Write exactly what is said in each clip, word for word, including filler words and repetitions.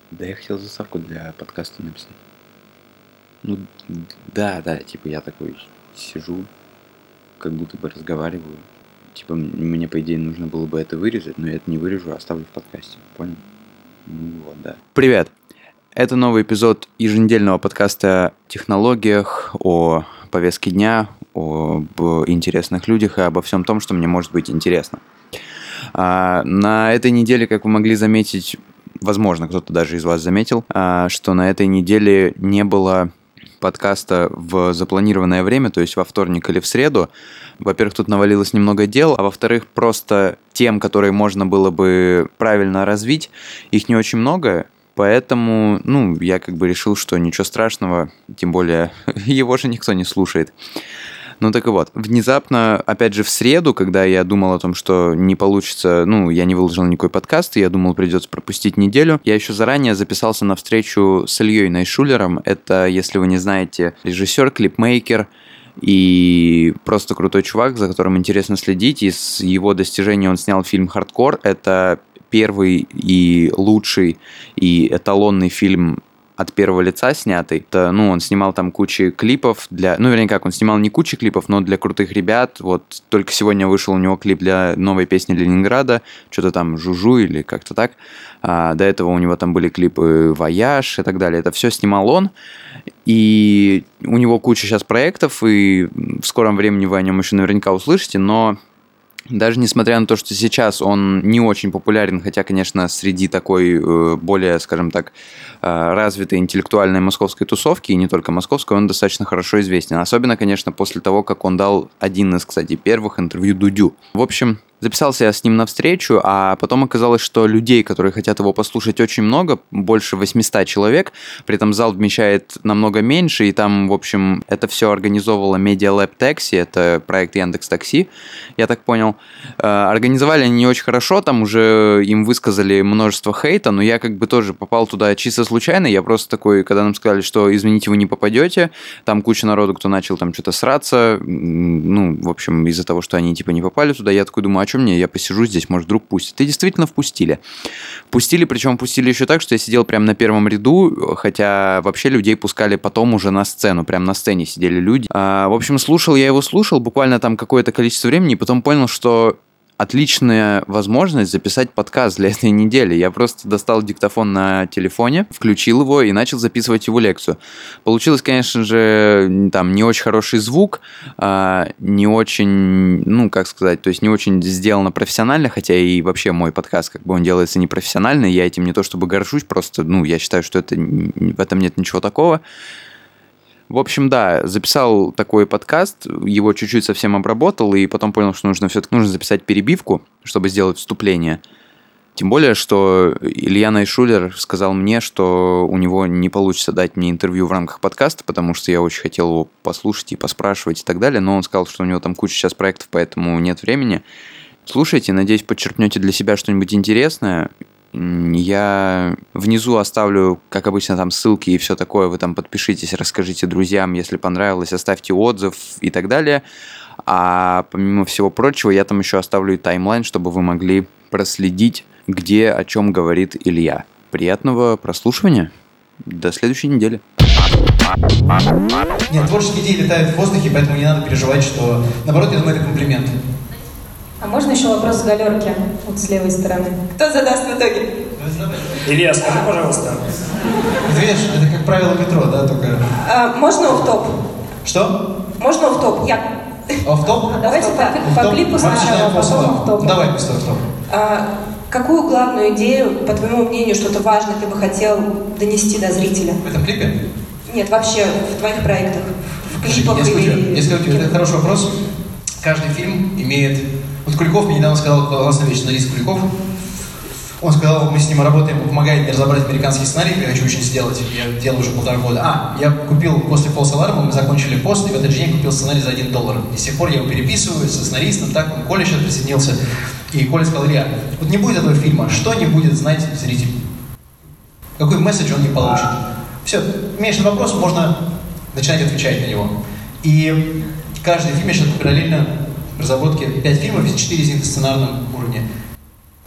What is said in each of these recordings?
Да, я хотел заставку для подкаста написать. Ну, да, да, типа я такой сижу, как будто бы разговариваю. Типа мне, по идее, нужно было бы это вырезать, но я это не вырежу, а оставлю в подкасте. Понял? Ну вот, да. Привет! Это новый эпизод еженедельного подкаста о технологиях, о повестке дня, об интересных людях и обо всем том, что мне может быть интересно. А, на этой неделе, как вы могли заметить, возможно, кто-то даже из вас заметил, а, что на этой неделе не было подкаста в запланированное время, то есть во вторник или в среду. Во-первых, тут навалилось немного дел, а во-вторых, просто тем, которые можно было бы правильно развить, их не очень много. Поэтому, ну, я как бы решил, что ничего страшного, тем более его же никто не слушает. Ну так и вот, внезапно, опять же, в среду, когда я думал о том, что не получится, ну, я не выложил никакой подкаст, и я думал, придется пропустить неделю, я еще заранее записался на встречу с Ильей Найшулером. Это, если вы не знаете, режиссер, клипмейкер и просто крутой чувак, за которым интересно следить. Из его достижений он снял фильм «Хардкор». Это первый и лучший и эталонный фильм от первого лица снятый. Это, ну, он снимал там кучу клипов для... Ну, вернее, как, он снимал не кучу клипов, но для крутых ребят. Вот только сегодня вышел у него клип для новой песни Ленинграда. Что-то там «Жужу» или как-то так. А, до этого у него там были клипы «Вояж» и так далее. Это все снимал он. И у него куча сейчас проектов, и в скором времени вы о нем еще наверняка услышите, но... Даже несмотря на то, что сейчас он не очень популярен, хотя, конечно, среди такой э, более, скажем так, э, развитой интеллектуальной московской тусовки, и не только московской, он достаточно хорошо известен. Особенно, конечно, после того, как он дал один из, кстати, первых интервью Дудю. В общем, записался я с ним на встречу, а потом оказалось, что людей, которые хотят его послушать, очень много, больше восемьсот человек, при этом зал вмещает намного меньше, и там, в общем, это все организовывала Media Lab Taxi, это проект Яндекс.Такси, я так понял. Организовали они не очень хорошо, там уже им высказали множество хейта, но я как бы тоже попал туда чисто случайно, я просто такой, когда нам сказали, что, извините, вы не попадете, там куча народу, кто начал там что-то сраться, ну, в общем, из-за того, что они типа не попали туда, я такой думаю, а что мне, я посижу здесь, может, вдруг пустят. И действительно впустили. Пустили, причем пустили еще так, что я сидел прямо на первом ряду, хотя вообще людей пускали потом уже на сцену, прям на сцене сидели люди. А, в общем, слушал я его, слушал буквально там какое-то количество времени, и потом понял, что отличная возможность записать подкаст для этой недели. Я просто достал диктофон на телефоне, включил его и начал записывать его лекцию. Получилось, конечно же, там не очень хороший звук, не очень, ну, как сказать, то есть не очень сделано профессионально, хотя и вообще мой подкаст, как бы он делается непрофессионально, я этим не то чтобы горжусь, просто, ну, я считаю, что это, в этом нет ничего такого. В общем, да, записал такой подкаст, его чуть-чуть совсем обработал, и потом понял, что нужно все-таки нужно записать перебивку, чтобы сделать вступление. Тем более, что Илья Найшулер сказал мне, что у него не получится дать мне интервью в рамках подкаста, потому что я очень хотел его послушать и поспрашивать и так далее, но он сказал, что у него там куча сейчас проектов, поэтому нет времени. Слушайте, надеюсь, подчеркнете для себя что-нибудь интересное. Я внизу оставлю, как обычно, там ссылки и все такое. Вы там подпишитесь, расскажите друзьям, если понравилось, оставьте отзыв и так далее. А помимо всего прочего, я там еще оставлю и таймлайн, чтобы вы могли проследить, где о чем говорит Илья. Приятного прослушивания. До следующей недели. Нет, творческие идеи летают в воздухе, поэтому не надо переживать, что... Наоборот, я думаю, это комплимент. А можно еще вопрос с галерки? Вот с левой стороны. Кто задаст в итоге? Илья, скажи, пожалуйста. Это, видишь, это как правило метро, да, только... А, можно офф-топ? Что? Можно офф-топ? Я... Офф-топ? Давайте по, по клипу сначала, потом офф-топ. Давай после офф-топ. А, какую главную идею, по твоему мнению, что-то важное ты бы хотел донести до зрителя? В этом клипе? Нет, вообще в твоих проектах. В клипах я скажу, или... Я скажу тебе, это хороший вопрос. Каждый фильм имеет... Вот Куликов мне недавно сказал, классная вещь, журналист Куликов. Он сказал, мы с ним работаем, он помогает мне разобрать американский сценарий, я хочу очень сделать. Я делаю уже полтора года. А, я купил после False Alarm, мы закончили пост, и в этот же день купил сценарий за один доллар. И с тех пор я его переписываю со сценаристом, так, он Коля сейчас присоединился. И Коля сказал, Илья, вот не будет этого фильма, что не будет знать зритель? Какой месседж он не получит? Все, имеешь вопрос, можно начинать отвечать на него. И каждый фильм, я сейчас параллельно в разработке пять фильмов, четыре из них на сценарном уровне.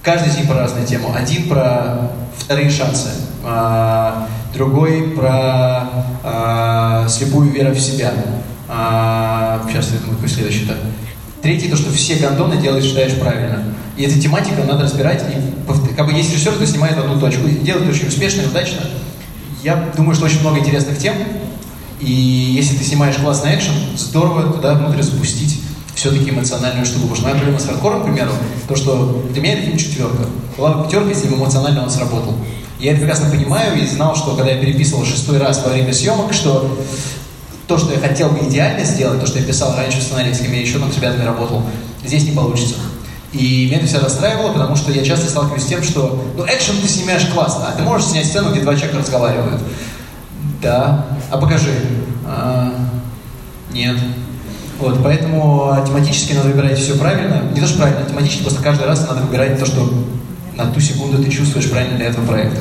Каждый из них про разную тему. Один про вторые шансы, а, другой про а, слепую веру в себя. А, сейчас я думаю, какой следующий-то. Третий, то, что все гандоны делаешь, считаешь правильно. И эту тематику надо разбирать. И, как бы есть режиссер, кто снимает одну точку. И делает очень успешно и удачно. Я думаю, что очень много интересных тем. И если ты снимаешь классный экшен, здорово туда внутрь запустить все-таки эмоциональную штуку. Потому что моя проблема с хардкором, к примеру, то, что для меня это фильм четверка. Была бы пятерка, если бы эмоционально он сработал. Я это прекрасно понимаю и знал, что когда я переписывал шестой раз во время съемок, что то, что я хотел бы идеально сделать, то, что я писал раньше в сценарии, с кем я еще там с ребятами работал, здесь не получится. И меня это всегда расстраивало, потому что я часто сталкиваюсь с тем, что ну экшен ты снимаешь классно, а ты можешь снять сцену, где два человека разговаривают. Да. А покажи. А, нет. Вот, поэтому тематически надо выбирать все правильно. Не то, что правильно, а тематически просто каждый раз надо выбирать то, что на ту секунду ты чувствуешь правильно для этого проекта.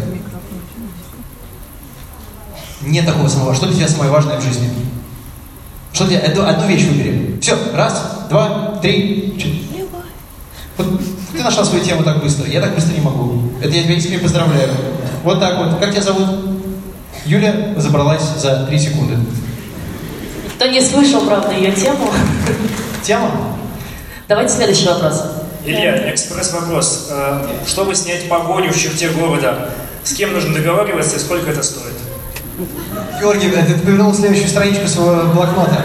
Нет такого самого. Что для тебя самое важное в жизни? Что для тебя? Одну вещь выбери. Все. Раз, два, три, четыре. Вот ты нашла свою тему так быстро. Я так быстро не могу. Это я тебя искренне поздравляю. Вот так вот. Как тебя зовут? Юля забралась за три секунды. Кто не слышал, правда, ее тему. Тема? Давайте следующий вопрос. Илья, экспресс-вопрос. Чтобы снять погоню в черте города, с кем нужно договариваться и сколько это стоит? Георгий, ты повернул следующую страничку своего блокнота.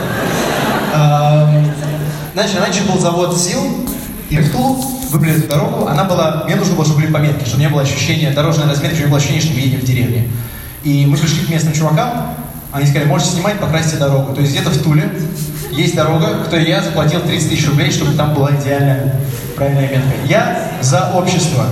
Знаешь, раньше был завод ЗИЛ, и в Тулу выбрали эту дорогу. Она была, мне нужно было, чтобы были пометки, чтобы не было ощущения, дорожной разметки, чтобы не было ощущения, что мы едем в деревне. И мы пришли к местным чувакам, они сказали, можете снимать, покрасьте дорогу. То есть где-то в Туле есть дорога, которой я заплатил тридцать тысяч рублей, чтобы там была идеальная правильная метка. Я за общество.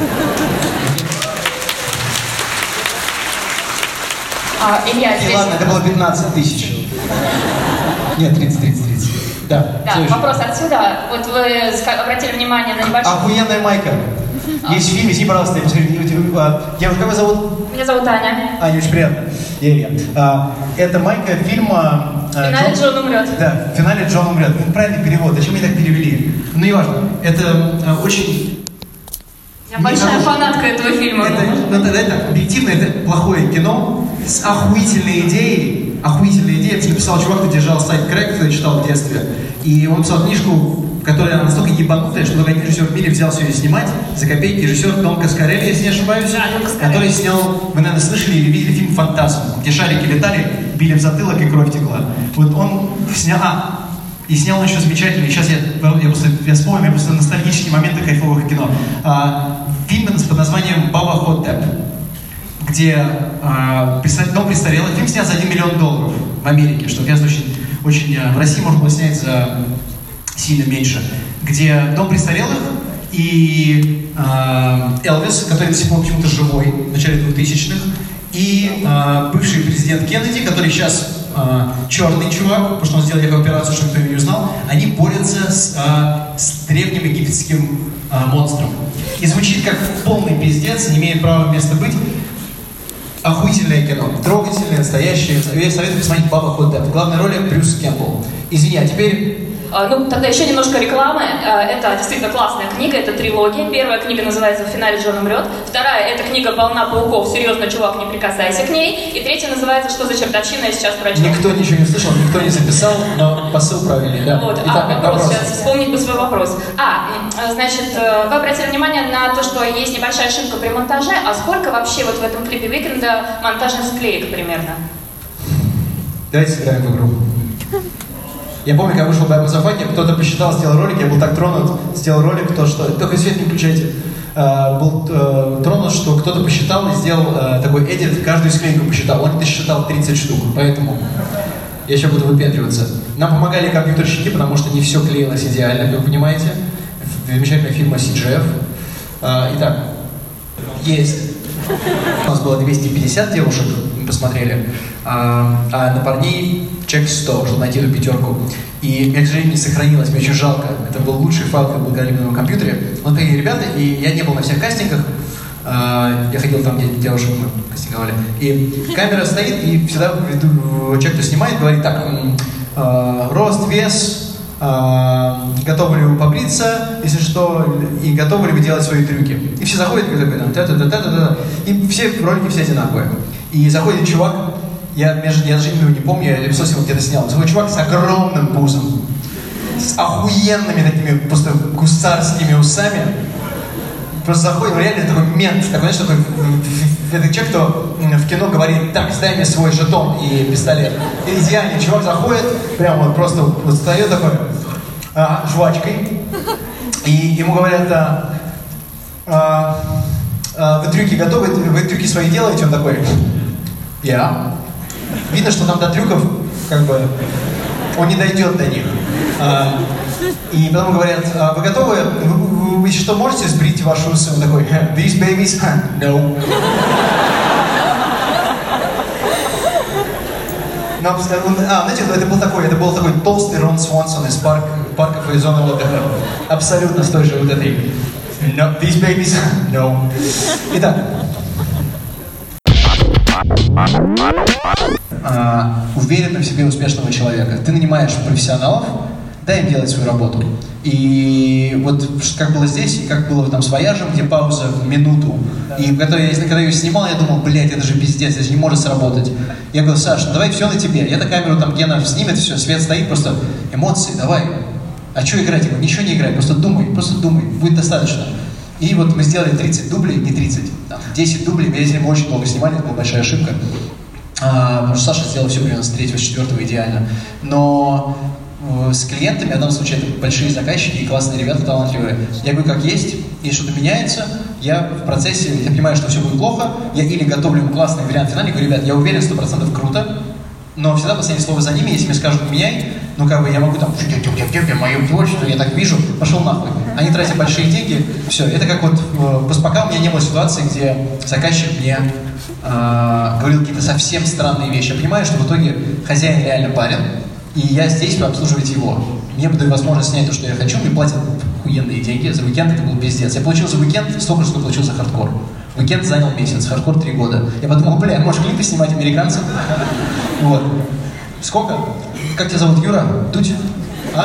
А, Илья, И здесь... ладно, это было пятнадцать тысяч. Нет, тридцать, тридцать, тридцать. Да, Да, вопрос отсюда. Вот вы обратили внимание на небольшой... Охуенная майка. Есть фильм, извини, пожалуйста, я посмотрю. Девушка, как вас зовут? Меня зовут Аня. Аня, очень приятно. Я Илья. А, это майка фильма... В финале Джон, Джон умрет. Да, в финале Джон умрет. Ну, правильный перевод. Зачем мне так перевели? Ну, неважно. Это а, очень... Я большая фанатка этого фильма. Это, ну, это, это, объективно, это плохое кино с охуительной идеей. Охуительная идея, потому что написал чувак, кто держал сайт Крэк, кто читал в детстве. И он написал книжку, которая настолько ебанутая, что только один режиссер в мире взялся ее снимать за копейки. Режиссер Том Каскарелли, если не ошибаюсь, да, который снял, вы, наверное, слышали или видели фильм «Фантазм», где шарики летали, били в затылок и кровь текла. Вот он снял... А, и снял он еще замечательный, сейчас я, я, просто, я вспомню, я просто ностальгические моменты кайфовых кино. А, фильм под названием «Баба Хотеп», где а, дом престарелых. Фильм снят за один миллион долларов в Америке, что, конечно, очень, очень... В России можно было снять за сильно меньше. Где дом престарелых и а, Элвис, который до сих пор почему-то живой, в начале двухтысячных, и а, бывший президент Кеннеди, который сейчас а, черный чувак, потому что он сделал якобы операцию, чтобы никто его не узнал, они борются с, а, с древним египетским а, монстром. И звучит как полный пиздец, не имеет права места быть. Охуительное кино, трогательное, настоящее. Я советую посмотреть «Баба Хотеп». В главной роли Брюс Кэмпбелл. Извини, а теперь... Ну, тогда еще немножко рекламы. Это действительно классная книга, это трилогия. Первая книга называется «В финале Джон умрет». Вторая — это книга «Волна пауков». Серьезно, чувак, не прикасайся к ней. И третья называется «Что за чертовщина?» Я сейчас прочту. Никто ничего не слышал, никто не записал, но посыл правильный, да. Вот. Итак, а, вопрос, вопрос. сейчас вспомнить бы свой вопрос. А, значит, вы обратили внимание на то, что есть небольшая ошибка при монтаже. А сколько вообще вот в этом клипе Уикенда монтажных склеек примерно? Давайте сыграем в игру. Я помню, когда вышел «Байба Зафаки», кто-то посчитал, сделал ролик, я был так тронут, сделал ролик, то что... Только свет не включайте. Uh, был uh, тронут, что кто-то посчитал и сделал uh, такой эдит, каждую склейку посчитал. Он досчитал тридцать штук, поэтому я сейчас буду выпендриваться. Нам помогали компьютерщики, потому что не все клеилось идеально, как вы понимаете. Замечательная фирма си джи эф. Uh, итак, есть. У нас было двести пятьдесят девушек, мы посмотрели, а, а на парней чек сто, чтобы найти эту пятерку. И, мне, к сожалению, не сохранилось, мне очень жалко. Это был лучший файл, который был на моем компьютере. Вот такие ребята, и я не был на всех кастингах. А, я ходил там, где девушек мы кастинговали. И камера стоит, и всегда человек, кто снимает, говорит так, а, рост, вес, а, готовы ли вы побриться, если что, и готовы ли вы делать свои трюки. И все заходят, и такой, там, та-та-та-та-та-та, и все ролики все одинаковые. И заходит чувак, я, между, я даже его не помню, я лицо его где-то снял, заходит чувак с огромным пузом, с охуенными такими просто гусарскими усами. Просто заходит, реально такой мент, такой, знаешь, такой, это человек, кто в кино говорит, так, дай мне свой жетон и пистолет. И идеальный чувак заходит, прям вот просто вот встает такой, а, жвачкой, и ему говорят, а, а, а, вы трюки готовы, вы трюки свои делаете? Он такой, я. Видно, что там до трюков, как бы, он не дойдет до них. А, и потом говорят, а, вы готовы, вы, вы, вы что, можете сбрить ваши усы? Он такой, these babies, no. Но, а, знаете, это был такой, это был такой толстый Рон Свонсон из парк, парков и зоны отдыха. Абсолютно с той же вот этой, no, these babies, no. Итак. А, уверенно в себе успешного человека. Ты нанимаешь профессионалов, дай им делать свою работу. И вот как было здесь, и как было там с Вояжем, где пауза в минуту. И когда я, когда я ее снимал, я думал, блядь, это же пиздец, это же не может сработать. Я говорю, Саш, ну давай все на тебе. Я на камеру, там Гена снимет, все, свет стоит, просто эмоции, давай. А что играть? Я говорю, ничего не играй, просто думай, просто думай, будет достаточно. И вот мы сделали тридцать дублей, не тридцать, там, десять дублей, мы этим очень долго снимали, это была большая ошибка. А, потому что Саша сделал все примерно с третьего, с четвертого идеально. Но э, с клиентами, в данном случае, это большие заказчики и классные ребята, талантливые. Я говорю, как есть, если что-то меняется, я в процессе, я понимаю, что все будет плохо, я или готовлю им классный вариант финальный, говорю, ребят, я уверен, сто процентов круто, но всегда последнее слово за ними, если мне скажут меняй, ну как бы я могу там, мое творчество, я так вижу, пошел нахуй. Они тратят большие деньги, все. Это как вот, э, пока у меня не было ситуации, где заказчик мне э, говорил какие-то совсем странные вещи. Я понимаю, что в итоге хозяин реально парен, и я здесь, чтобы обслуживать его. Мне бы дают возможность снять то, что я хочу, мне платят охуенные деньги. За уикенд это был пиздец. Я получил за уикенд столько, что получил за хардкор. Уикенд занял месяц, хардкор три года. Я подумал, бля, можешь клипы снимать американцев? Вот. Сколько? Как тебя зовут, Юра? Дудь? А?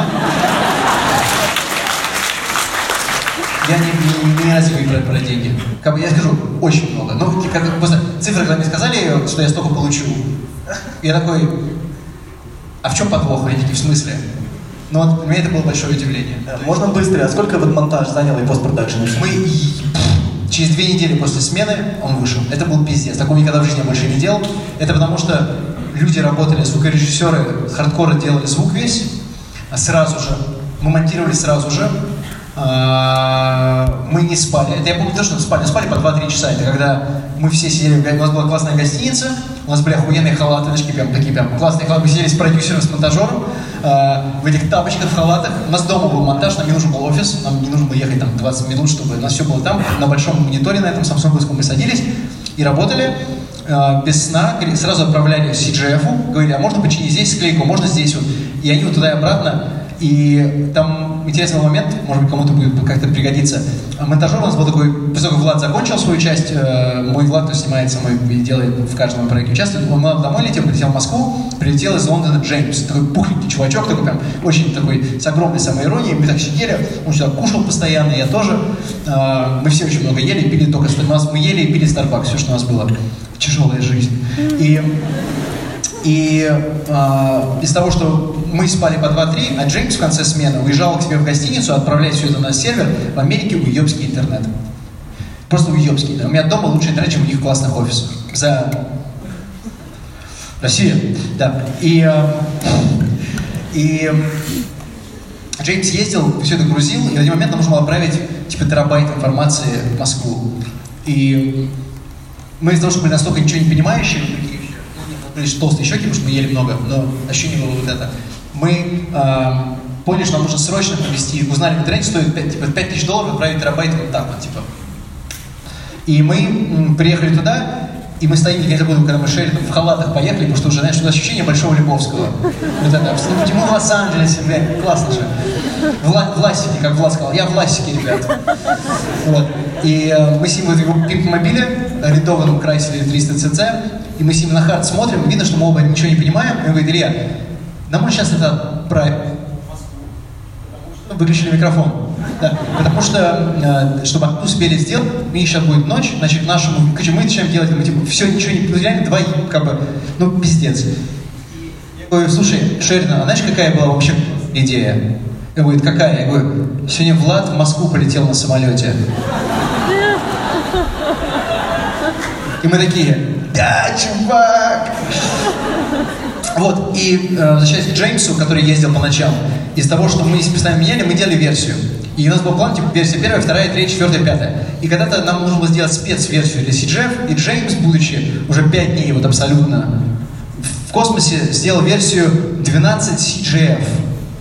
Я не, не, не разделю про, про деньги. Как бы я скажу, очень много. Ну, как, просто цифры, когда мне сказали, что я столько получу, я такой, а в чем подвох? Они такие, в смысле? Ну вот, для меня это было большое удивление. Можно быстро? А сколько вот монтаж занял и постпродакшн? Мы через две недели после смены он вышел. Это был пиздец. Такого никогда в жизни я больше не делал. Это потому что люди работали, звукорежиссеры хардкора делали звук весь, сразу же. Мы монтировали сразу же. Мы не спали. Это я помню то, что спали. Спали по два-три часа. Это когда мы все сидели, у нас была классная гостиница, у нас были охуенные халаты, значки, прям такие прям классные халаты. Мы сидели с продюсером, с монтажером в этих тапочках, в халатах. У нас дома был монтаж, нам не нужен был офис, нам не нужно было ехать там двадцать минут, чтобы у нас все было там. На большом мониторе на этом самсунговском мы садились и работали без сна, сразу отправляли си джи эф-у, говорили, а можно починить здесь склейку, можно здесь вот. И они вот туда и обратно. И там интересный момент, может быть, кому-то будет как-то пригодиться. Монтажер у нас был такой, после того, как Влад закончил свою часть, э, мой Влад, кто снимается, мой делает в каждом моем проекте участвует, он домой летел, прилетел в Москву, прилетел из Лондона Джеймс, такой пухленький чувачок, такой прям, очень такой, с огромной самоиронией, мы так сидели, он сюда кушал постоянно, я тоже, э, мы все очень много ели, пили только, у нас, мы ели и пили Starbucks, все, что у нас было, тяжелая жизнь. И... И э, из того, что мы спали по два-три, а Джеймс в конце смены уезжал к себе в гостиницу, отправляет все это на сервер, в Америке уебский интернет. Просто уебский интернет. У меня дома лучший интернет, чем у них в классных офисах. За Россию, да. И, э, и Джеймс ездил, все это грузил, и в один момент нам нужно было отправить типа терабайт информации в Москву. И мы из-за того, что были настолько ничего не понимающие, лишь толстые щеки, потому что мы ели много, но ощущение было вот это. Мы э, поняли, что нам нужно срочно провести, узнали в интернете, стоит пять, типа, пять тысяч долларов отправить терабайт вот так вот, типа. И мы м, приехали туда, и мы стоим, я не забуду, когда мы шерили, в халатах поехали, потому что уже, знаешь, что ощущение Большого Лебовского. Вот это, мы в Лос-Анджелесе, блядь, классно же. В, ла- в ласике, как Влад сказал, я в ласике, ребят. Вот. И э, мы сидим в его пимп-мобиле, арендованном Крайслере триста си си, и мы с ним на хард смотрим, видно, что мы оба ничего не понимаем. И он говорит, Илья, нам можно сейчас это отправить? выключили микрофон. Да, потому что, э, чтобы успели сделать, и сейчас будет ночь, значит, нашему, короче, мы начинаем делать, мы типа, все, ничего не, ну, реально, два, как бы, ну, пиздец. Я говорю, слушай, Шеридан, а знаешь, какая была вообще идея? Я говорю, какая? Я говорю, сегодня Влад в Москву полетел на самолете. И мы такие, да, чувак! Вот, и э, возвращаясь к Джеймсу, который ездил по ночам, из того, что мы постоянно меняли, мы делали версию. И у нас был план, типа, версия первая, вторая, третья, четвертая, пятая. И когда-то нам нужно было сделать спецверсию для си джи эф, и Джеймс, будучи уже пять дней вот абсолютно в космосе, сделал версию двенадцать си джи эф.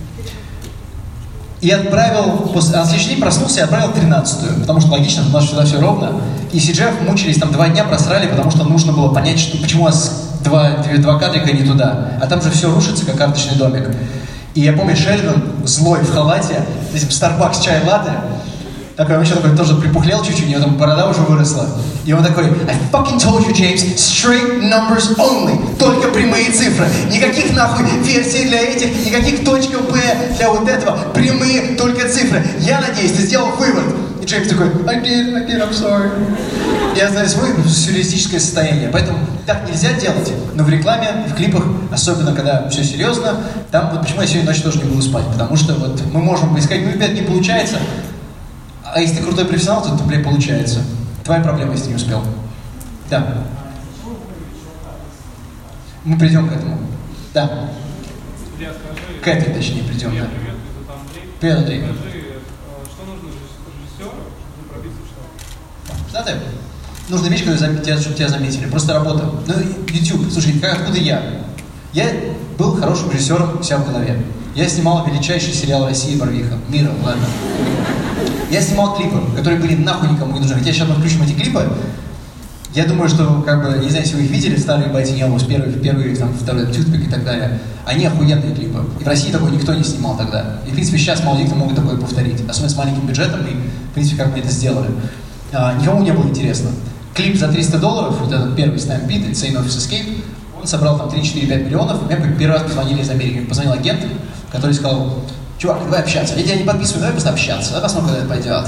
И отправил, после, а на следующий день проснулся и отправил тринадцатую, потому что логично, у нас всегда все ровно. И си джи эф мучились, там два дня просрали, потому что нужно было понять, что, почему у нас два, два кадрика не туда. А там же все рушится, как карточный домик. И я помню, Шеридан, злой в халате, с этим Starbucks чай латте, такой, он еще такой тоже припухлел чуть-чуть, у него там борода уже выросла. И он такой, I fucking told you, James, straight numbers only. Только прямые цифры. Никаких нахуй версий для этих, никаких точка Б для вот этого. Прямые только цифры. Я надеюсь, ты сделал вывод. И Джеймс такой, I did, I did, I'm sorry. Я знаю свое сюрреалистическое состояние. Поэтому так нельзя делать. Но в рекламе, в клипах, особенно когда все серьезно, там вот почему я сегодня ночью тоже не буду спать. Потому что вот мы можем поискать, ну, ребят, не получается. А если ты крутой профессионал, то, блядь, получается. Твоя проблема, если не успел. Да. Мы придем к этому. Да. К этой, точнее, придем, да. Привет, Андрей. Что нужно режиссеру, чтобы пробиться в штат? Знаете, нужная вещь, чтобы тебя, чтобы тебя заметили. Просто работа. Ну, YouTube. Слушай, как, откуда я? Я был хорошим режиссером у себя в голове. Я снимал величайший сериал России «Барвиха». Мира, ладно. Я снимал клипы, которые были нахуй никому не нужны. Хотя сейчас мы включим эти клипы. Я думаю, что, как бы, не знаю, если вы их видели, старые Байти Нелус, первый, первый, там, второй Тютпик и так далее, они охуенные клипы. И в России такой никто не снимал тогда. И, в принципе, сейчас молодые кто могут такое повторить. Особенно с маленьким бюджетом, и, в принципе, как мы это сделали. А, никому не было интересно. Клип за триста долларов, вот этот первый Snap Beat, Insane Office Escape, он собрал там три-четыре-пять миллионов. Мне первый раз позвонили из Америки. Мне позвонил агент, который сказал, чувак, давай общаться. Я тебя не подписываю, давай просто общаться. Давай посмотрим, куда это пойдет.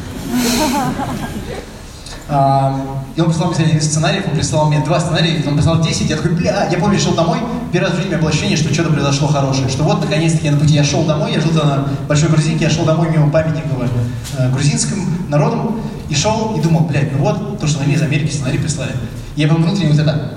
А, и он прислал мне один из сценариев, он прислал мне два сценария, он прислал десять, я такой, бля, я помню, шел домой, первый раз в жизни у меня было ощущение, что что-то произошло хорошее, что вот, наконец-таки, я на пути, я шел домой, я жил на Большой Грузинке, я шел домой мимо памятника э, грузинским народам, и шел, и думал, блядь, ну вот, то, что мне из Америки сценарий прислали. И я был внутренне вот это,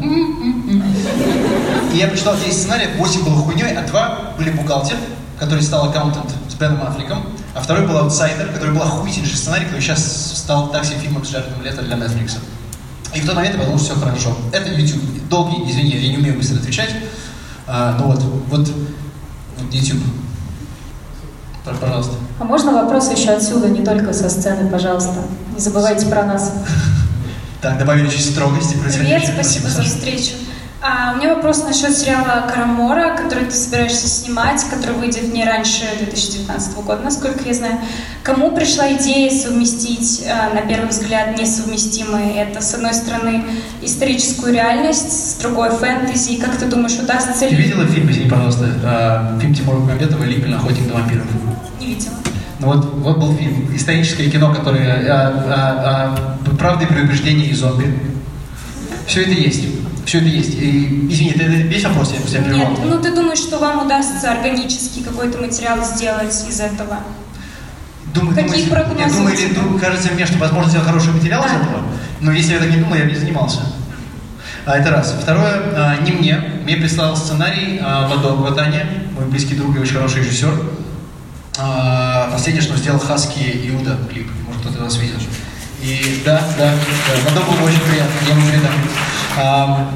и я прочитал десять сценариев, восемь было хуйней, а два были бухгалтер, который стал аккаунтент с Беном Аффлеком, а второй был аутсайдер, который был охуительнейший сценарий, который сейчас стал так себе фильмом с Джаредом Лето для Netflix. И в тот момент я подумал, что все хорошо. Это YouTube. Долгий, извини, я не умею быстро отвечать. А, ну вот, вот, вот YouTube. Пожалуйста. А можно вопрос еще отсюда, не только со сцены, пожалуйста? Не забывайте про нас. Так, добавили чуть строгости. Привет, спасибо за встречу. А, у меня вопрос насчет сериала «Карамора», который ты собираешься снимать, который выйдет не раньше две тысячи девятнадцатого года, насколько я знаю. Кому пришла идея совместить, а, на первый взгляд, несовместимые? Это, с одной стороны, историческую реальность, с другой фэнтези. Как ты думаешь, удастся ли... Ты видела фильм, извини, пожалуйста, а, фильм Тимура Бекмамбетова «Липин. Охотник на вампиров»? Не видела. Ну вот, вот был фильм, историческое кино, которое а, а, а, «Правда и предубеждение» и «Зомби». Все это есть. Все это есть. И, извини, это весь вопрос, я тебя прервал. Нет, ну ты думаешь, что вам удастся органически какой-то материал сделать из этого? Думаю, Какие думаю, прогнозы? Я думаю, или думаю, кажется мне, что возможно сделать хороший материал да. из этого. Но если я так не думал, я бы не занимался. А, это раз. Второе, а, не мне. Мне прислал сценарий а, Ладо Гватани, мой близкий друг и очень хороший режиссер. А, последнее, что сделал Хаски Иуда клип. Может, кто-то вас видел. И да, да, да. Ладо было очень приятно. Я ему передам. А,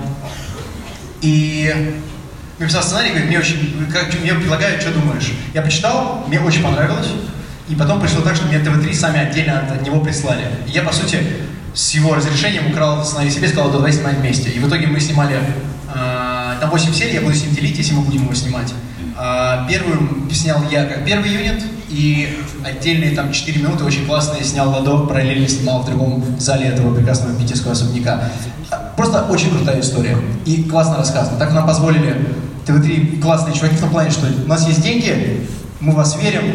и мне писал сценарий, говорит, мне очень, как, мне предлагают, что думаешь? Я почитал, мне очень понравилось, и потом пришло так, что мне тэ вэ три сами отдельно от, от него прислали. И я, по сути, с его разрешением украл этот сценарий себе, сказал, да, давай снимать вместе. И в итоге мы снимали, э, там восемь серий, я буду с ним делить, если мы будем его снимать. Э, первую снял я как первый юнит, и отдельные там четыре минуты очень классные снял Ладо, параллельно снимал в другом зале этого прекрасного питерского особняка. Просто очень крутая история и классно рассказано. Так нам позволили тэ вэ три классные чуваки в том плане, что у нас есть деньги, мы в вас верим,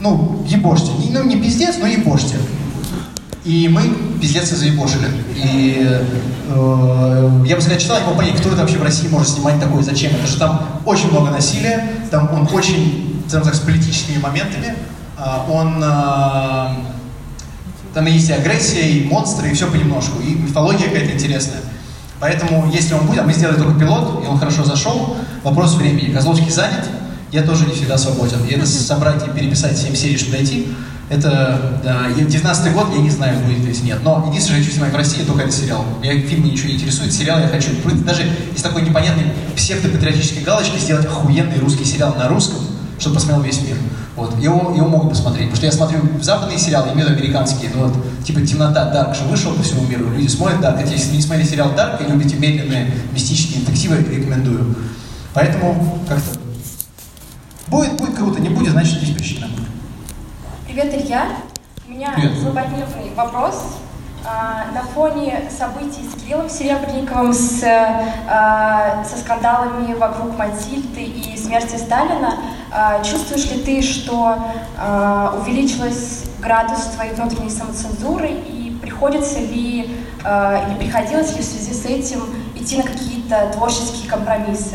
ну, ебошьте. Не, ну, не пиздец, но ебошьте. И мы пиздец и заебошили. И э, я бы сказал, читал, не мог понять, кто это вообще в России может снимать такое, зачем. Это же там очень много насилия, там он очень, скажем так, с политическими моментами. Э, он, э, там есть и агрессия, и монстры, и все понемножку. И мифология какая-то интересная. Поэтому, если он будет, а мы сделали только пилот, и он хорошо зашел, вопрос времени. Козловский занят, я тоже не всегда свободен. И это собрать и переписать семь серий, чтобы дойти, это, да, девятнадцатый год, я не знаю, будет или нет. Но единственное, что я хочу снимать в России, только это сериал. Я фильм ничего не интересует, сериал я хочу. Даже из такой непонятной псевдопатриотической галочки сделать охуенный русский сериал на русском, чтобы посмотрел весь мир. Вот. Его, его могут посмотреть. Потому что я смотрю западные сериалы, именно американские, ну вот, типа «Темнота», «Дарк» же вышел по всему миру, люди смотрят «Дарк». Если вы не смотрели сериал «Дарк» и любите медленные мистические детективы, рекомендую. Поэтому как-то будет, будет круто, не будет, значит, есть причина. Привет, Илья. У меня злободневный вопрос. А, на фоне событий с Кириллом Серебренниковым, с, а, со скандалами вокруг Матильды и смерти Сталина, а, чувствуешь ли ты, что а, увеличилась градус твоей внутренней самоцензуры, и приходится ли, а, или приходилось ли в связи с этим идти на какие-то творческие компромиссы?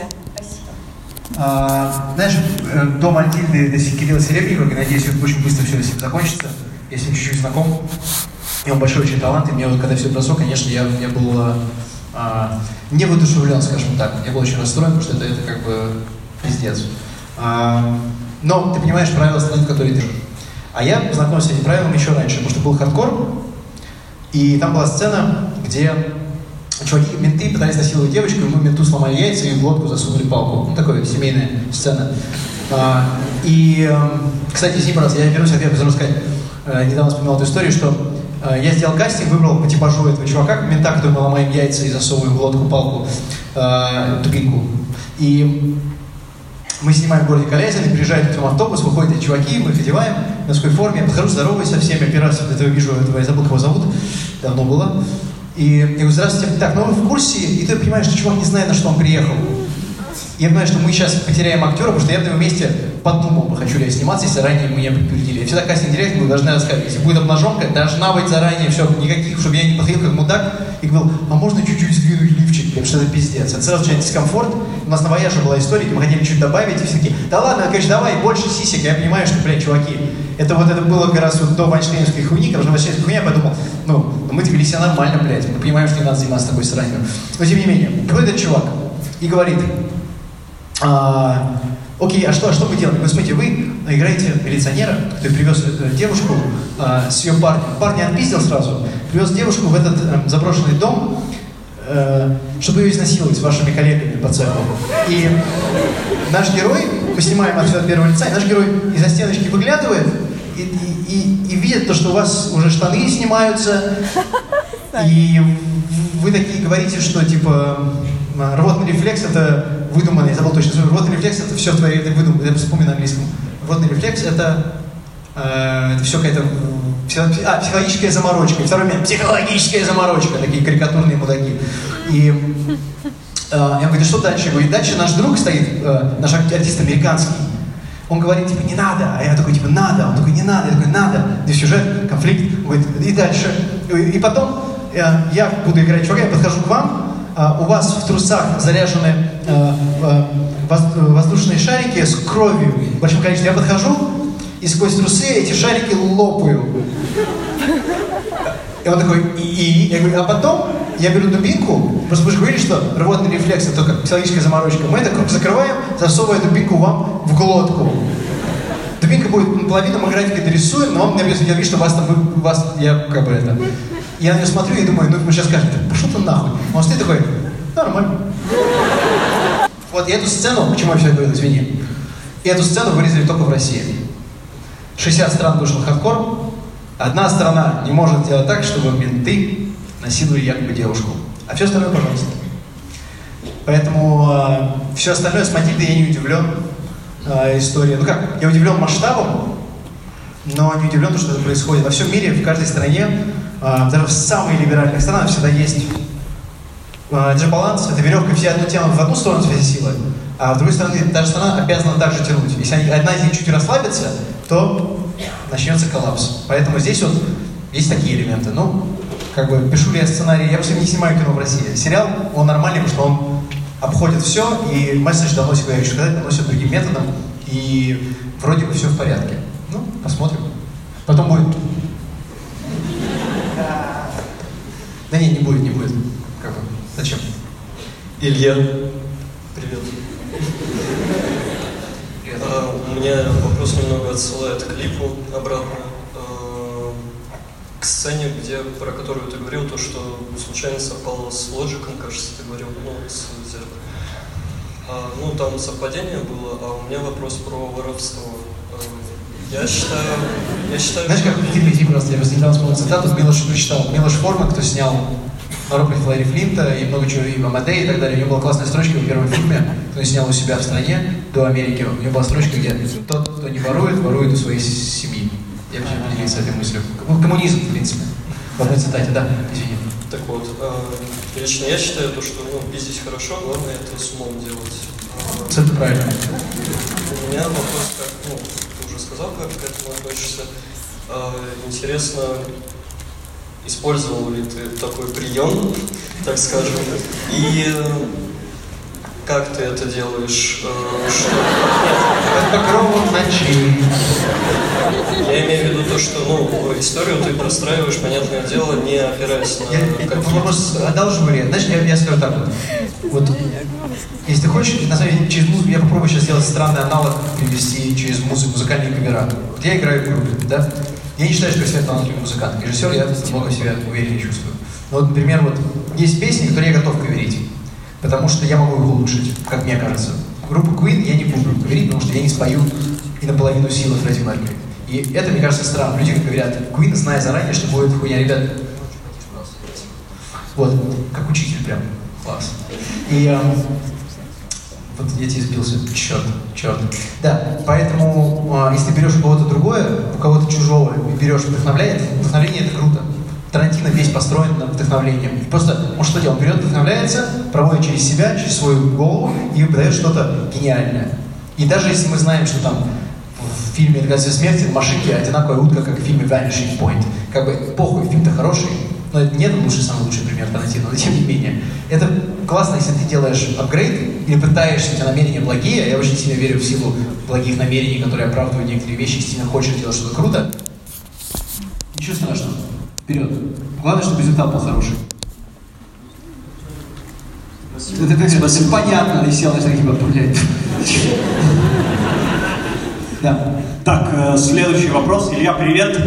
А, знаешь, до Матильды, до Кирилла Серебренникова, я надеюсь, очень быстро все закончится. Я с ним чуть-чуть знаком. И он большой очень талант. И мне, вот, когда все прошло, конечно, я, я был а, не воодушевлен, скажем так. Я был очень расстроен, потому что это, это как бы пиздец. А, но ты понимаешь правила страны, в которой ты живешь. А я познакомился с этим правилом еще раньше, потому что был хардкор. И там была сцена, где чуваки, менты пытались насиловать девочку, и мы менту сломали яйца и в глотку засунули палку. Ну, такая семейная сцена. А, и, кстати, извини, пожалуйста, я вернусь, я хочу рассказать. Недавно вспоминал эту историю, что а, я сделал кастинг, выбрал по типажу этого чувака, мента, который мы ломаем яйца и засовываем в глотку палку, а, дубинку. И мы снимаем в городе Калязино, приезжает к этому автобус, выходят эти чуваки, мы их одеваем в морской форме, я подхожу, здороваюсь со всеми, первый раз этого вижу, этого я забыл, кого зовут, давно было. И я говорю, здравствуйте, так, ну вы в курсе, и ты понимаешь, что чувак не знает, на что он приехал. И я понимаю, что мы сейчас потеряем актера, потому что я на его месте подумал бы, хочу ли я сниматься, если заранее меня предупредили. Я всегда кастинг-директор мы должны рассказать, если будет обнаженка, должна быть заранее, все, никаких, чтобы я не подходил как мудак и говорил, а можно чуть-чуть сдвинуть лифчик, потому что это пиздец. Это сразу начинает дискомфорт. У нас на «Вояже» была история, мы хотели чуть добавить, и все такие, да ладно, конечно, давай, больше сисек. Я понимаю, что, блядь, чуваки, это вот это было как раз вот до вайнштейновской хуйни, когда вайнштейновской хуйни, я подумал, ну, мы вели себя нормально, блядь, мы понимаем, что не надо заниматься такой сранью. Но тем не менее, приходит этот чувак и говорит, а, окей, а что, а что мы делаем? Вы смотрите, вы играете милиционера, который привез девушку а, с ее парнем. Парень отпиздил сразу, привез девушку в этот а, заброшенный дом, а, чтобы ее изнасиловать с вашими коллегами по цеху. И наш герой, мы снимаем отсюда от первого лица, и наш герой из-за стеночки выглядывает и, и, и, и видит то, что у вас уже штаны снимаются, и вы такие говорите, что типа рвотный рефлекс это выдуманный, я забыл точно слово, рвотный рефлекс это все твои, это выдумано, я вспомню на английском. Рвотный рефлекс это, э, это все какая-то а, психологическая заморочка. И второй момент, психологическая заморочка, такие карикатурные мудаки. И э, я говорю, что дальше? Я говорю, и дальше наш друг стоит, э, наш артист американский, он говорит, типа, не надо, а я такой, типа, надо, он такой, не надо, я такой, надо. И сюжет, конфликт, он говорит, и дальше. И, и потом э, я буду играть чувака, я подхожу к вам, Uh, у вас в трусах заряжены uh, uh, воздушные шарики с кровью в большом количестве. Я подхожу, и сквозь трусы эти шарики лопаю. И он такой, и, и, я говорю, а потом я беру дубинку, просто вы же говорили, что рвотный рефлекс это как психологическая заморочка. Мы это круг закрываем, засовывая дубинку вам в глотку. Дубинка будет наполовину, мы графикой дорисуем, но он мне объяснит, я вижу, что вас там, вы, вас, я как бы это... Я на нее смотрю и думаю, ну мы сейчас скажем, пошел ты нахуй. Он стоит такой, нормально. Вот, и эту сцену, почему я все это говорю, извини, и эту сцену вырезали только в России. шестьдесят стран вышел хардкор, одна страна не может сделать так, чтобы менты насиловали якобы девушку, а все остальное, пожалуйста. Поэтому э, все остальное с Матильдой я не удивлен. Э, история, ну как, я удивлен масштабом, но не удивлен, что это происходит. Во всем мире, в каждой стране, Uh, даже в самых либеральных странах всегда есть uh, это же баланс, это веревка, все одну тему в одну сторону связи силы, а в другой стороне даже страна обязана также тянуть. Если они, одна из них чуть расслабится, то начнется коллапс. Поэтому здесь вот есть такие элементы. Ну, как бы, пишу ли я сценарий, я просто не снимаю кино в России. Сериал, он нормальный, потому что он обходит все, и месседж доносит, как я хочу сказать, доносит другим методом, и вроде бы все в порядке. Ну, посмотрим. Потом будет... Да нет, не будет, не будет. Как бы, зачем? Илья, привет. Привет. А, у меня вопрос немного отсылает к клипу обратно. А, к сцене, где, про которую ты говорил, то, что случайно совпало с Лоджиком, кажется, ты говорил, ну, с Зеркалом. А, ну, там совпадение было, а у меня вопрос про воровство. А, я считаю... Я считаю... Знаешь, как в фильме «Иди просто», я просто недавно вспомнил цитату, Милош прочитал. Милош Форман, кто снял «На руках Ларри Флинта» и много чего, и Амадей и так далее. У него была классная строчка в первом фильме, кто снял у себя в стране до Америки. У него была строчка, где тот, кто не ворует, ворует у своей семьи. Я хочу поделиться этой мыслью. Ну, коммунизм, в принципе. В одной цитате, да, извини. Так вот, э, лично я считаю, то, что ну, пиздить хорошо, главное это с умом делать. Э, это правильно. У меня вопрос, как, ну, ты уже сказал, как к этому относишься. Э, интересно, использовал ли ты такой прием, так скажем, и э, как ты это делаешь? Э, что... Под покровом ночи. Я имею в виду то, что, ну, историю ты простраиваешь, понятное дело, не опираясь на я, какие-то... Вопрос одолжу ли? Знаешь, я, я скажу так вот. Вот, если ты хочешь, на самом деле, через музыку, я попробую сейчас сделать странный аналог, привести через музыку, музыкальные кавера. Вот я играю в группе, да? Я не считаю, что я свет талантливый музыкант. Режиссер, я много себя увереннее чувствую. Но вот, например, вот есть песни, которые я готов каверить, потому что я могу их улучшить, как мне кажется. Группу Queen я не буду каверить, потому что я не спою и наполовину силы Фредди Меркьюри. И это, мне кажется, странно. Люди говорят, Queen, зная заранее, что будет хуйня, ребят. Вот, как учитель прям. Класс. И э, вот я тебе сбился. Черт, черт. Да, поэтому, э, если ты берешь у кого-то другое, у кого-то чужого, и берешь вдохновляет, вдохновление это круто. Тарантино весь построен на вдохновлении. И просто, он что делает? Он берет, вдохновляется, проводит через себя, через свою голову и выдает что-то гениальное. И даже если мы знаем, что там в фильме «Доказательство смерти» в машинке одинаковая утка, как в фильме «Vanishing Point». Как бы похуй, фильм-то хороший, но это не это лучший, самый лучший пример Тарантино, но тем не менее. Это классно, если ты делаешь апгрейд или пытаешься, у тебя намерения благие, я очень сильно верю в силу благих намерений, которые оправдывают некоторые вещи, если сильно хочешь делать что-то круто. Ничего страшного. Вперед. Главное, чтобы результат был хороший. Это как это понятно, и сел на такие блядь. Да. Так, э, следующий вопрос. Илья, привет.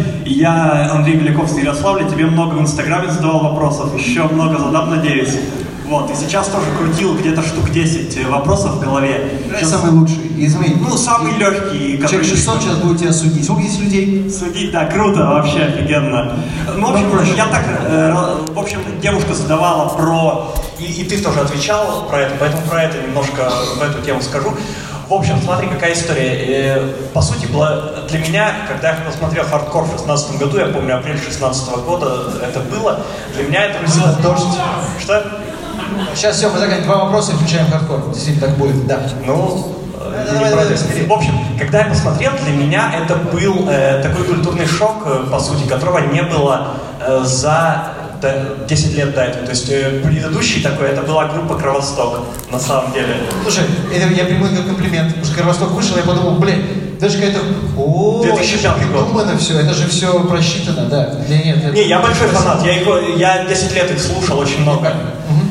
Я Андрей Беляков с Ярославля. Тебе много в Инстаграме задавал вопросов. Еще много задам, надеюсь. Вот. И сейчас тоже крутил где-то штук десять вопросов в голове. Сейчас... Самый лучший. Измей. Ну, самый легкий. Человек шестьсот сейчас будет тебя судить. Сколько здесь людей? Судить, да, круто, вообще офигенно. Ну, в общем, я так, э, в общем, девушка задавала про... И, и ты тоже отвечал про это, поэтому про это немножко, в эту тему скажу. В общем, смотри, какая история. По сути, была для меня, когда я посмотрел «Хардкор» в шестнадцатом году, я помню, апрель шестнадцатого года это было, для меня это было... Дождь. Что? Сейчас все, мы загоним два вопроса и включаем «Хардкор». Действительно так будет, да. Ну, не правда. В общем, когда я посмотрел, для меня это был э, такой культурный шок, э, по сути, которого не было э, за... десять лет до этого. То есть э, предыдущий такой, это была группа «Кровосток», на самом деле. Слушай, это я приму как комплимент, потому что «Кровосток» вышел, я подумал, блин, даже какая-то... О, две тысячи пятый год. Придумано все, это же все просчитано, да. Нет, нет, это... Не, я большой фанат, я, их, я десять лет их слушал очень много. Угу.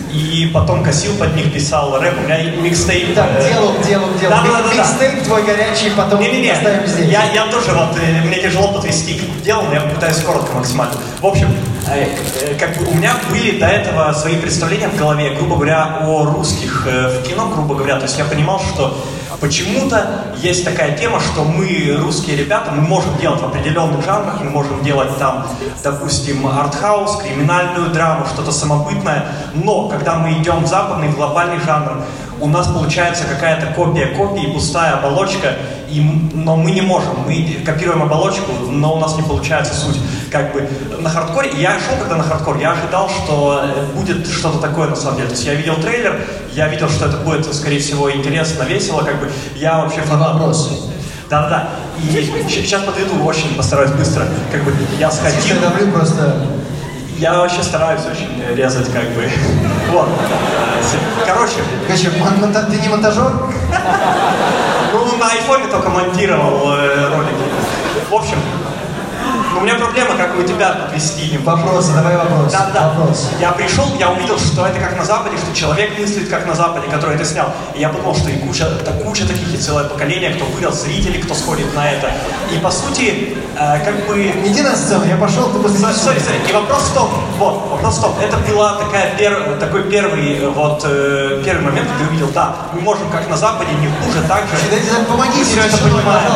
И потом косил под них, писал рэп, у меня микстейп. Так, э... делал, делал, делал. Да, да, да, микстейп да. твой горячий, потом не, не, не. оставим здесь. Я, я тоже вот, э, мне тяжело подвести к делу, но я пытаюсь коротко максимально. В общем, э, э, как бы у меня были до этого свои представления в голове, грубо говоря, о русских э, в кино, грубо говоря. То есть я понимал, что почему-то есть такая тема, что мы, русские ребята, мы можем делать в определенных жанрах, мы можем делать там, допустим, артхаус, криминальную драму, что-то самобытное, но когда мы идем в западный, в глобальный жанр, у нас получается какая-то копия копии, пустая оболочка, и, но мы не можем, мы копируем оболочку, но у нас не получается суть. Как бы на хардкоре, я шел когда на хардкор, я ожидал, что будет что-то такое на самом деле. То есть я видел трейлер, я видел, что это будет, скорее всего, интересно, весело, как бы я вообще фанат. Вопрос. Да-да-да. И сейчас подведу, очень постараюсь быстро. Как бы я сходил. Я давлю просто. Я вообще стараюсь очень резать, как бы. Вот. Короче. Короче, ты не монтажер? Ну, на айфоне только монтировал э, ролики. В общем, у меня проблема, как у тебя подвести. Вопросы, давай вопросы. Да, да. Вопрос. Я пришел, я увидел, что это как на Западе, что человек мыслит как на Западе, который это снял. И я подумал, что и куча, да, куча таких, и целое поколение, кто вырос, зрители, кто сходит на это. И по сути, э, как бы... Иди на сцену, я пошел, ты после... Сори, сори. И вопрос в том, вот, вопрос в том, это была такая пер, такой первый, вот, э, первый момент, когда я увидел, да, мы можем как на Западе, не хуже, так же. Помогите, все это понимаем.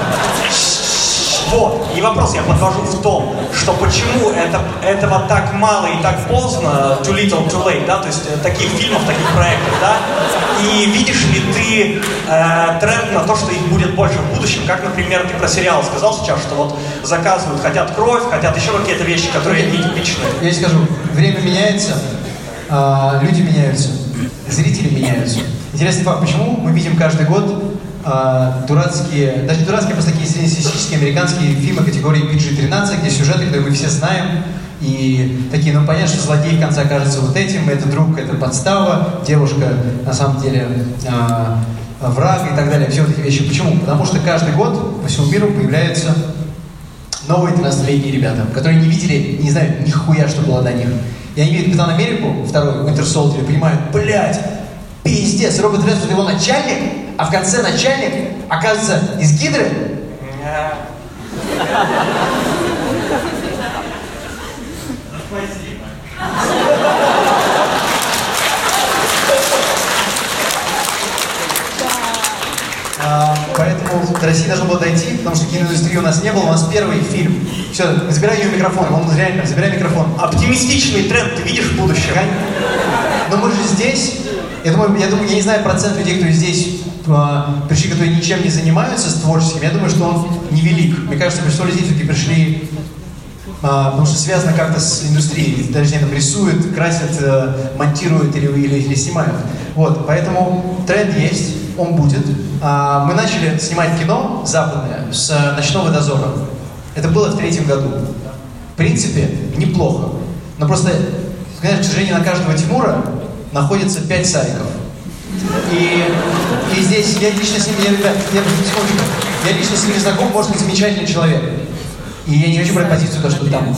Вот. И вопрос я подвожу в том, что почему это, этого так мало и так поздно, too little, too late, да, то есть э, таких фильмов, таких проектов, да, и видишь ли ты э, тренд на то, что их будет больше в будущем, как, например, ты про сериал сказал сейчас, что вот заказывают, хотят кровь, хотят еще какие-то вещи, которые нетипичные. Я тебе скажу, время меняется, э, люди меняются, зрители меняются. Интересный факт, почему мы видим каждый год Uh, дурацкие, даже не дурацкие, а просто такие среднестатистические американские фильмы категории пи джи тринадцать, где сюжеты, которые мы все знаем, и такие, ну понятно, что злодей в конце окажется вот этим, это друг, это подстава, девушка на самом деле uh, враг и так далее, все вот эти вещи. Почему? Потому что каждый год по всему миру появляются новые тринадцатилетние ребята, которые не видели, не знают нихуя, что было до них. И они видят Капитан Америку, второй, Winter Soldier, и понимают, блядь, пиздец, Роберт Редфорд его начальник, а в конце начальник оказывается из Гидры. А, поэтому до России должно было дойти, потому что киноиндустрии у нас не было. У нас первый фильм. Все, забирай ее микрофон. Он реально, забирай микрофон. Оптимистичный тренд ты видишь в будущем? Но мы же здесь. Я думаю, я думаю, я не знаю процент людей, кто здесь э, пришли, которые ничем не занимаются с творческим. Я думаю, что он невелик. Мне кажется, большинство людей все-таки пришли, э, потому что связано как-то с индустрией. Даже они там рисуют, красят, э, монтируют или, или, или снимают. Вот, поэтому тренд есть, он будет. Э, мы начали снимать кино западное с э, «Ночного дозора». Это было в третьем году. В принципе, неплохо. Но просто, знаешь, к сожалению, на каждого Тимура находится пять сариков. И, и здесь я лично с ними, я, ребят, я, я лично с ними знаком, может быть, замечательный человек. И я не хочу брать позицию, то, что там.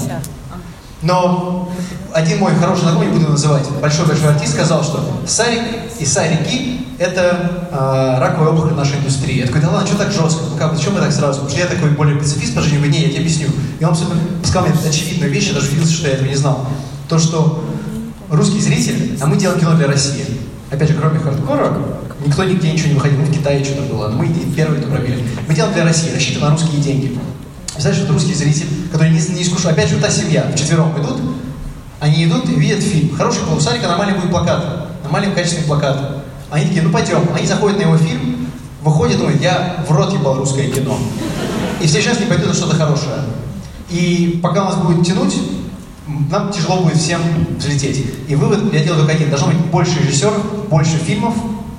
Но один мой хороший знакомый, не буду называть, большой-большой артист, сказал, что сарик и сарики – это э, раковая опухоль нашей индустрии. Я такой, да ладно, что так жестко? Ну как, зачем мы так сразу? Потому что я такой более пацифист по жизни, говорю, не, я тебе объясню. И он сказал мне очевидную вещь, я даже удивился, что я этого не знал. То, что русский зритель, а мы делаем кино для России. Опять же, кроме хардкора, никто нигде ничего не выходил, ну, в Китае что-то было, но мы первые, кто пробили. Мы делаем для России, рассчитываем на русские деньги. Знаешь, вот русский зритель, который не, не искушен, опять же, та семья, вчетвером идут, они идут и видят фильм. Хороший полусарик, а на маленький плакат, на маленький качественный плакат. Они такие, ну пойдем. Они заходят на его фильм, выходят, думают, я в рот ебал русское кино. И все сейчас не пойдут на что-то хорошее. И пока нас будет тянуть, нам тяжело будет всем взлететь. И вывод, я делаю только один. Должно быть больше режиссеров, больше фильмов.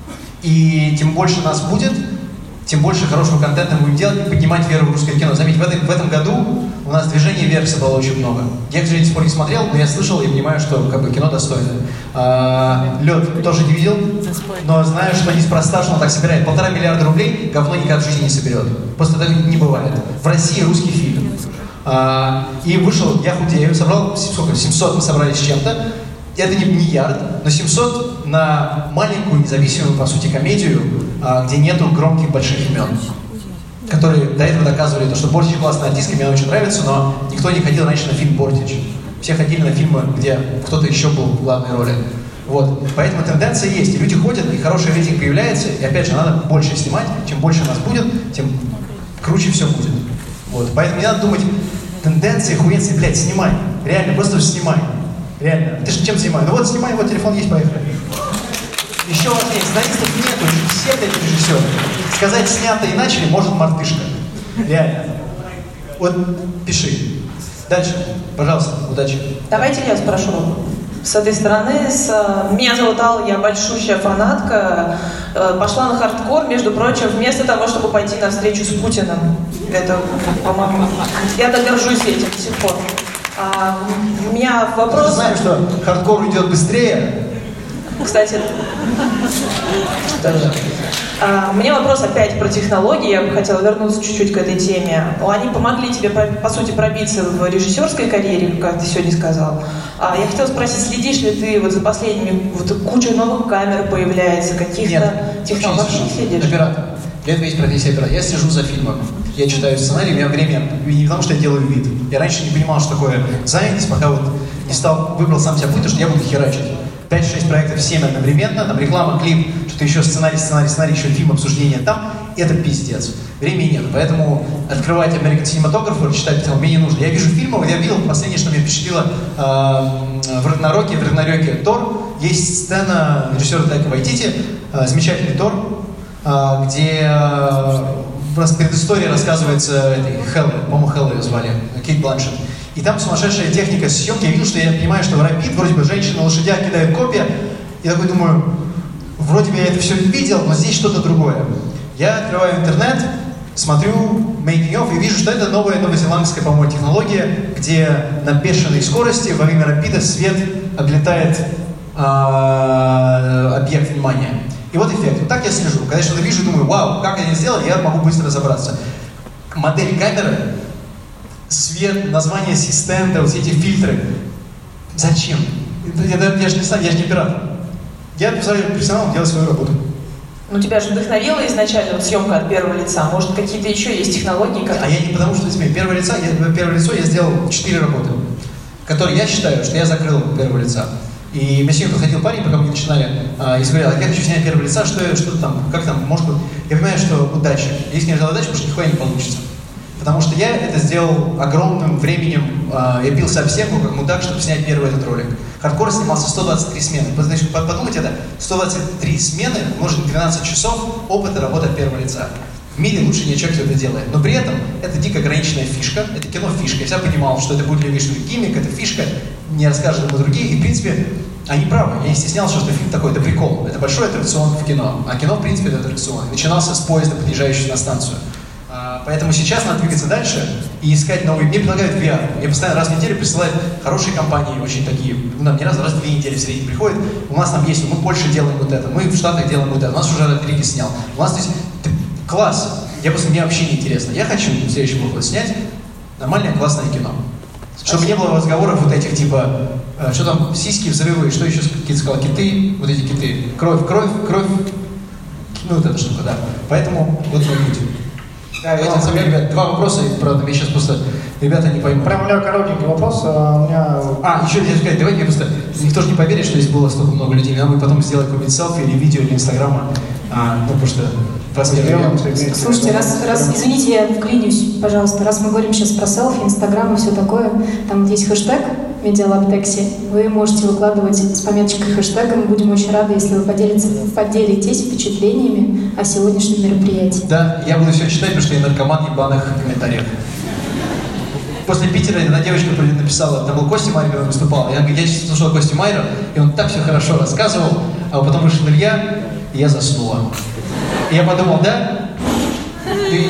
И тем больше нас будет, тем больше хорошего контента мы будем делать и поднимать веру в русское кино. Заметьте, в этом, в этом году у нас движение веры собрало очень много. Я, к сожалению, до сих пор не смотрел, но я слышал и понимаю, что как бы, кино достойное. А, Лед тоже не видел, но знаю, что неспроста, что он так собирает. Полтора миллиарда рублей говно никак в жизни не соберет. Просто так не бывает. В России русский фильм. А, и вышел «Я худею», собрал, сколько, семьсот мы собрали с чем-то. Это не миллиард, но семьсот на маленькую, независимую, по сути, комедию, а, где нету громких больших имен, которые до этого доказывали, то, что Бортич классный артист, мне очень нравится, но никто не ходил раньше на фильм «Бортич». Все ходили на фильмы, где кто-то еще был в главной роли. Вот. Поэтому тенденция есть, и люди ходят, и хороший рейтинг появляется, и опять же, надо больше снимать, чем больше нас будет, тем круче все будет. Вот. Поэтому не надо думать, тенденции, хуенцы, блядь, снимай. Реально, просто снимай. Реально. Ты же чем снимаешь? Ну вот снимай, вот телефон есть, поехали. Еще важнее, сценаристов нету, все эти режиссеры. Сказать снято и начали может мартышка. Реально. Вот пиши. Дальше, пожалуйста, удачи. Давайте я спрошу. с этой стороны. С... Меня зовут Алла, я большущая фанатка. Пошла на хардкор, между прочим, вместо того, чтобы пойти на встречу с Путиным. Это, по-моему, я так горжусь этим до сих пор. А, у меня вопрос... Мы знаем, что хардкор идет быстрее. Кстати, даже. А, у меня вопрос опять про технологии. Я бы хотела вернуться чуть-чуть к этой теме. Они помогли тебе, по сути, пробиться в режиссерской карьере, как ты сегодня сказал. А, я хотела спросить, следишь ли ты вот за последними, вот куча новых камер появляется, каких-то технологий следишь? Оператор. Для этого есть профессия оператора. Я слежу за фильмом. Я читаю сценарий, у меня время, не потому что я делаю вид. Я раньше не понимал, что такое занятость, пока вот не стал, выбрал сам себя путь, потому что я буду херачить. пять-шесть проектов, семь одновременно, там реклама, клип, что-то еще, сценарий, сценарий, сценарий, еще фильм, обсуждение там, это пиздец. Времени нет, поэтому открывать American Cinematographer, читать там мне не нужно. Я вижу фильмы, вот я видел, последнее, что меня впечатлило э, в Рагнароке, в Рагнарёке Тор, есть сцена режиссера Тайка Вайтити, э, замечательный Тор, э, где э, предыстория рассказывается этой Хеллы, по-моему, Хеллы ее звали, Кейт Бланшетт. И там сумасшедшая техника съемки. Я видел, что я понимаю, что в Рапид вроде бы женщины на лошадях кидают копья. И такой думаю, вроде бы я это все видел, но здесь что-то другое. Я открываю интернет, смотрю making of и вижу, что это новая новозеландская, по-моему, технология, где на бешеной скорости во время Рапида свет облетает э, объект внимания. И вот эффект. Вот так я слежу. Когда я что-то вижу, думаю, вау, как они сделали, я могу быстро разобраться. Модель камеры, свет, название ассистента, вот эти фильтры. Зачем? Я, я, я же не сам, я же не оператор. Я представляю профессионалом делать свою работу. Ну, тебя же вдохновила изначально вот съемка от первого лица. Может, какие-то еще есть технологии, которые... А я не потому, что смотри, первое лицо, я, первое лицо я сделал четыре работы, которые я считаю, что я закрыл первого лица. И мне сегодня подходил парень, пока мы начинали, а, и говорил, а я хочу снять первое лица, что, что там, как там, может быть... Я понимаю, что удача. Если не взял удачу, потому что нихуя не получится. Потому что я это сделал огромным временем, э, я бился об стенку, как мудак, чтобы снять первый этот ролик. Хардкор снимался сто двадцать три смены. Подумайте, это сто двадцать три смены, умножить на двенадцать часов опыта работы от первого лица. В мире лучше не человек, кто это делает. Но при этом это дико ограниченная фишка, это кино фишка. Я всегда понимал, что это будет лишний гиммик, это фишка, не расскажут ему другие. И в принципе, они правы. Я не стеснялся, что фильм такой, это прикол. Это большой аттракцион в кино. А кино, в принципе, это аттракцион. Начинался с поезда, подъезжающего на станцию. Поэтому сейчас надо двигаться дальше и искать новые. Мне предлагают ви ар. Мне постоянно раз в неделю присылают хорошие компании, очень такие. Ну, нам не раз, раз в две недели в среднем приходят. У нас там есть, мы в Польше делаем вот это, мы в Штатах делаем вот это. У нас уже Родригес снял. У нас здесь класс. Я просто, мне вообще не интересно. Я хочу в следующем году снять нормальное классное кино. Чтобы не было разговоров вот этих типа, что там, сиськи, взрывы, что еще какие-то сказал, киты, вот эти киты. Кровь, кровь, кровь. Ну, вот эта штука, да. Поэтому вот мы люди. Да, давайте, самом деле, ребят, два вопроса, правда, мне сейчас просто ребята не поймут. Прям у меня коротенький вопрос, а у меня... А, еще я сказать, давайте мне просто... Никто же не поверит, что здесь было столько много людей, нам мы потом сделать какой-нибудь селфи или видео для Инстаграма, а, ну, потому что... Слушайте, раз, раз, извините, я вклинюсь, пожалуйста, раз мы говорим сейчас про селфи, Инстаграм и все такое, там есть хэштег «Медиалабтекси», вы можете выкладывать с пометочкой хэштега, мы будем очень рады, если вы поделитесь, поделитесь впечатлениями о сегодняшнем мероприятии. Да, я буду все читать, потому что я наркоман ебаных комментариев. После Питера одна девочка написала, там был Костя Майер, когда он выступал, я, я слушал Костю Майера, и он так все хорошо рассказывал, а потом вышел Илья, и я заснула. И я подумал, да? И...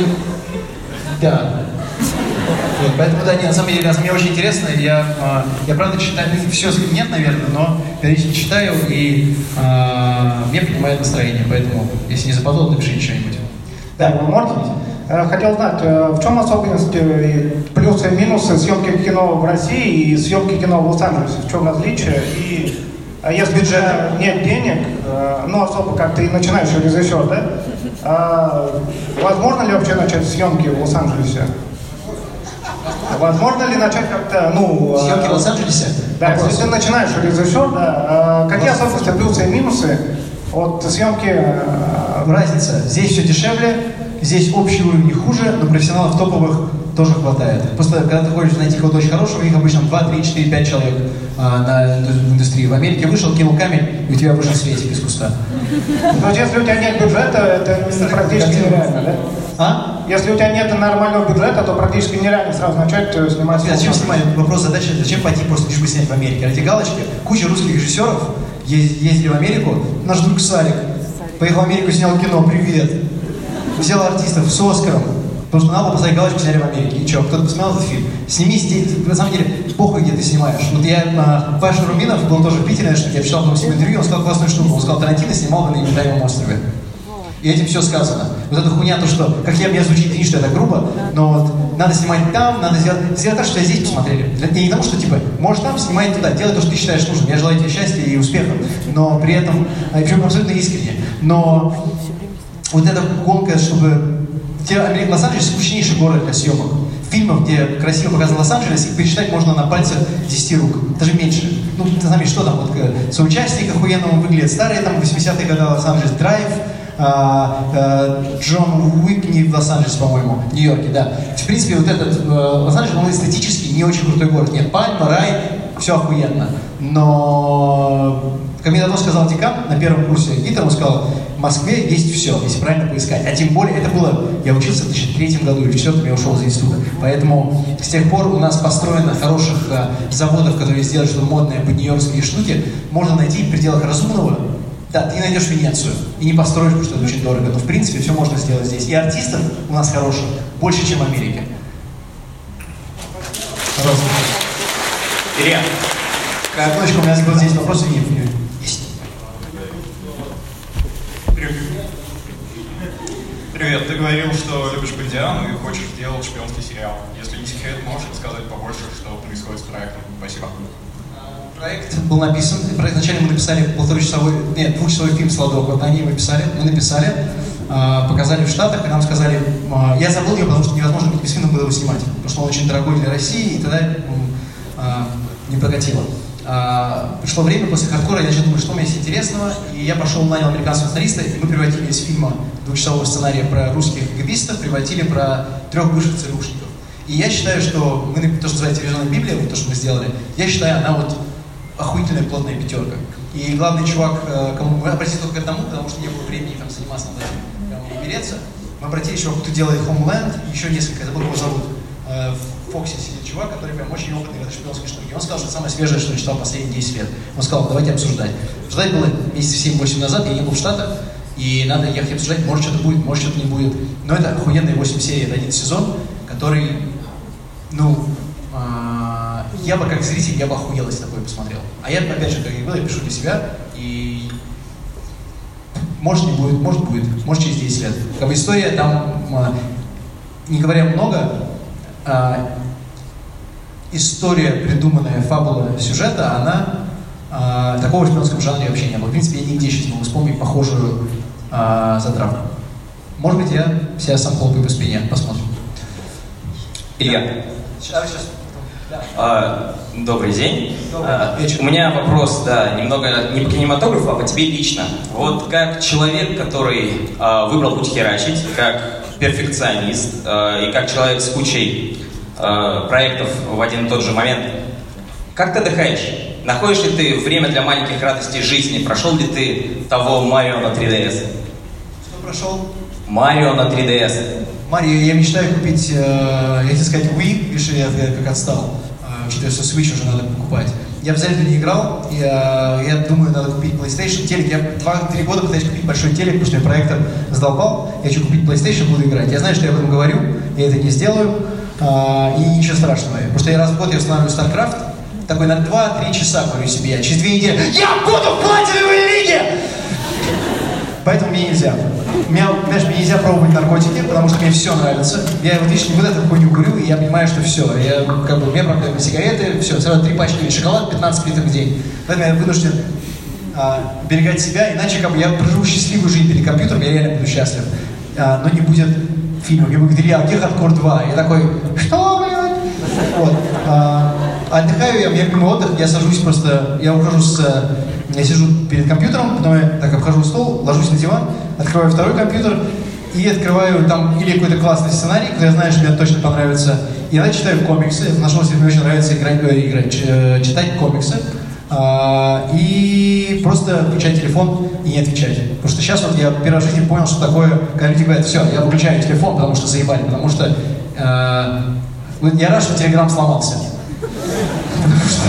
Да. Вот, поэтому, да, нет, на самом деле, мне очень интересно, я, а, я правда читаю, ну, все нет, наверное, но периодически читаю, и а, мне поднимает настроение, поэтому, если не западло, напишите что-нибудь. Да, вы можете? Хотел знать, в чем особенность, плюсы и минусы съемки кино в России и съемки кино в Лос-Анджелесе? В чем различие? И если бюджета нет денег, ну особо как ты начинающий режиссер, да? Возможно ли вообще начать съемки в Лос-Анджелесе? Возможно ли начать как-то, ну... Съемки в Лос-Анджелесе? Да, вопрос. Если ты начинающий режиссер, да, какие вопрос. Особенности, плюсы и минусы от съемки? Разница. Здесь все дешевле, здесь общий уровень хуже, но профессионалов топовых тоже хватает. Просто когда ты хочешь найти кого-то очень хорошего, их обычно два, три, четыре, пять человек. а, на, в индустрии. В Америке вышел, кинул камень, и у тебя вышел светик из куста. Но если у тебя нет бюджета, это практически нереально, да? А? Если у тебя нет нормального бюджета, то практически нереально сразу начать снимать. А зачем снимать? Вопрос задачи, зачем пойти просто лишь бы снять в Америке? Ради галочки. Куча русских режиссеров ездили в Америку. Наш друг Сарик поехал в Америку, снял кино, привет. Взял артистов с Оскаром. Потому что надо было поставить галочку, сняли в Америке. И что, кто-то посмотрел этот фильм? Сними здесь, на самом деле, похуй, где ты снимаешь. Вот я, а, Паша Руминов был тоже в Питере, что я читал там с ним интервью, он сказал классную штуку. Он сказал, Тарантино снимал на необитаемом острове. И этим все сказано. Вот эта хуйня, то, что, как я, мне звучит, извини, что это грубо, но вот надо снимать там, надо сделать, сделать так, что я здесь посмотрели. Для, не потому, что, типа, можешь там, снимай туда, делай то, что ты считаешь нужным. Я желаю тебе счастья и успеха, но при этом, и причем абсолютно искренне. Но вот эта гонка, чтобы... Лос-Анджелес скучнейший город для съемок. Фильмов, где красиво показан Лос-Анджелес, их пересчитать можно на пальцах десяти рук, даже меньше. Ну, ты знаешь, что там, вот, соучастник охуенно он выглядит, старые там восьмидесятые годы Лос-Анджелес, Драйв, а, а, Джон Уик не в Лос-Анджелесе, по-моему, в Нью-Йорке, да. В принципе, вот этот э, Лос-Анджелес, он эстетически не очень крутой город. Нет, пальма, рай, все охуенно. Но, как мне давно сказал декан на первом курсе ГИТа, он сказал, в Москве есть все, если правильно поискать. А тем более, это было, я учился в две тысячи третьем году или в две тысячи четвёртом, я ушел из института. Поэтому с тех пор у нас построено хороших а, заводов, которые сделают что-то модное под нью-йоркские штуки, можно найти в пределах разумного. Да, ты не найдешь Венецию и не построишь, потому что это очень дорого. Но в принципе все можно сделать здесь. И артистов у нас хороших больше, чем в Америке. Пожалуйста. Илья. Одночка, у меня вот здесь вопросы нет. Есть. Привет, ты говорил, что любишь Бондиану и хочешь сделать шпионский сериал. Если не секрет, можешь рассказать побольше, что происходит с проектом? Спасибо. Проект был написан. Вначале мы написали полуторачасовой, нет, двухчасовой фильм «Сладок». Вот они его писали, мы написали, показали в Штатах, и нам сказали, я забыл ее, потому что невозможно без фильма было его снимать, потому что он очень дорогой для России, и тогда не прокатило. А, пришло время после хардкора, я начал думать, что у меня есть интересного, и я пошел, нанял американского сценариста, и мы превратили из фильма двухчасового сценария про русских гибистов, превратили про трех бывших ЦРУшников. И я считаю, что мы, то, что называется телевизионная Библия, вот то, что мы сделали, я считаю, она вот охуительная плотная пятерка. И главный чувак, кому мы обратились только к одному, потому что не было времени там заниматься над этим, прямо переться, мы обратились к чуваку, кто делает Homeland, еще несколько, я забыл, его зовут. В Фоксе сидит чувак, который прям очень опытный в этой шпионской штуке. Он сказал, что это самое свежее, что я читал последние десять лет. Он сказал, давайте обсуждать. Обсуждать было месяцев семь-восемь назад, я не был в Штатах, и надо ехать обсуждать, может что-то будет, может что-то не будет. Но это охуенные восемь серий, это один сезон, который, ну, э, я бы как зритель, я бы охуел, если такое посмотрел. А я, опять же, как я говорил, я пишу для себя, и может не будет, может будет, может через десять лет. Как бы история там, э, не говоря много, э, история, придуманная, фабула сюжета, она э, такого в шпионском жанре вообще не было. В принципе, я нигде сейчас могу вспомнить похожую э, затравку. Может быть, я себя сам хлопаю по спине. Посмотрим. Илья. Сейчас, сейчас. Да. А, добрый день. Добрый а, у меня вопрос, да, немного не по кинематографу, а по тебе лично. Вот как человек, который а, выбрал путь херачить, как перфекционист а, и как человек с кучей а, проектов в один и тот же момент, как ты отдыхаешь? Находишь ли ты время для маленьких радостей жизни? Прошел ли ты того Марио на три ди эс? Что прошел? Марио на три ди эс. Марио, я мечтаю купить, э, я хотел сказать Wii, видишь, я, я как отстал, э, учитывая, что Switch уже надо покупать. Я в Zelda не играл, и, э, я думаю, надо купить PlayStation, телек. Я два-три года пытаюсь купить большой телек, потому что я проектор задолбал. Я хочу купить PlayStation, буду играть. Я знаю, что я об этом говорю, я это не сделаю, э, и ничего страшного. Потому что я раз в год я устанавливаю StarCraft, такой на два-три часа говорю себе, я через две недели, я буду в платиновой лиге! Поэтому мне нельзя. Меня, знаешь, мне нельзя пробовать наркотики, потому что мне все нравится. Я вот видишь, не вот эту хуйню курю, и я понимаю, что все. Я, как бы, у меня проблемы сигареты, все, сразу три пачки шоколад, пятнадцать плиток в день. Поэтому я вынужден а, берегать себя, иначе как бы я проживу счастливую жизнь перед компьютером, я реально буду счастлив. А, но не будет фильма. Мне говорят, Илья, где Хардкор два? Я такой, что, блядь? Вот. А, отдыхаю я, у меня любимый отдых, я сажусь просто, я ухожу с... Я сижу перед компьютером, потом я так обхожу стол, ложусь на диван, открываю второй компьютер и открываю там или какой-то классный сценарий, который я знаю, что мне точно понравится. И иногда читаю комиксы. Нашел себе, мне очень нравится играть, играть, читать комиксы. И просто включать телефон и не отвечать. Потому что сейчас вот я первый раз в жизни понял, что такое, когда люди говорят, все, я выключаю телефон, потому что заебали, потому что э, я рад, что Телеграм сломался. Потому что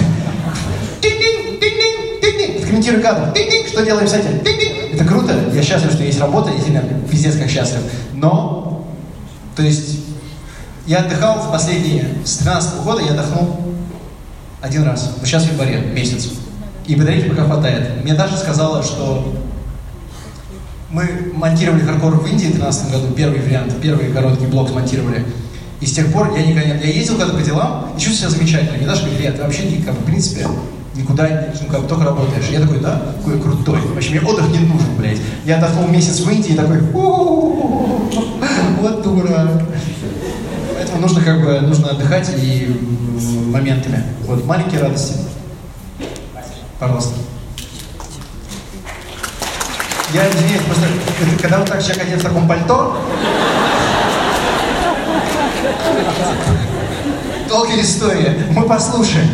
комментирую кадр, что делаем с этим? Это круто, я счастлив, что есть работа, я сильно пиздец как счастлив. Но, то есть, я отдыхал в последние, с тринадцатого года я отдохнул один раз, вот сейчас в январе, месяц. И батарейки пока хватает. Мне Даша сказала, что мы монтировали хардкор в Индии в тринадцатом году, первый вариант, первый короткий блок смонтировали. И с тех пор я никогда не... Я ездил когда-то по делам и чувствую себя замечательно. Мне Даша говорит, Илья, ты вообще, как бы, в принципе, никуда, ну, как бы, только работаешь. Я такой, да? Какой крутой. Вообще, мне отдых не нужен, блядь. Я отдохнул месяц в Индии и такой, вот дура. Поэтому нужно, как бы, нужно отдыхать и моментами. Вот, маленькие радости. Пожалуйста. Я извиняюсь, просто когда вот так человек одет в таком пальто, долгая история. Мы послушаем.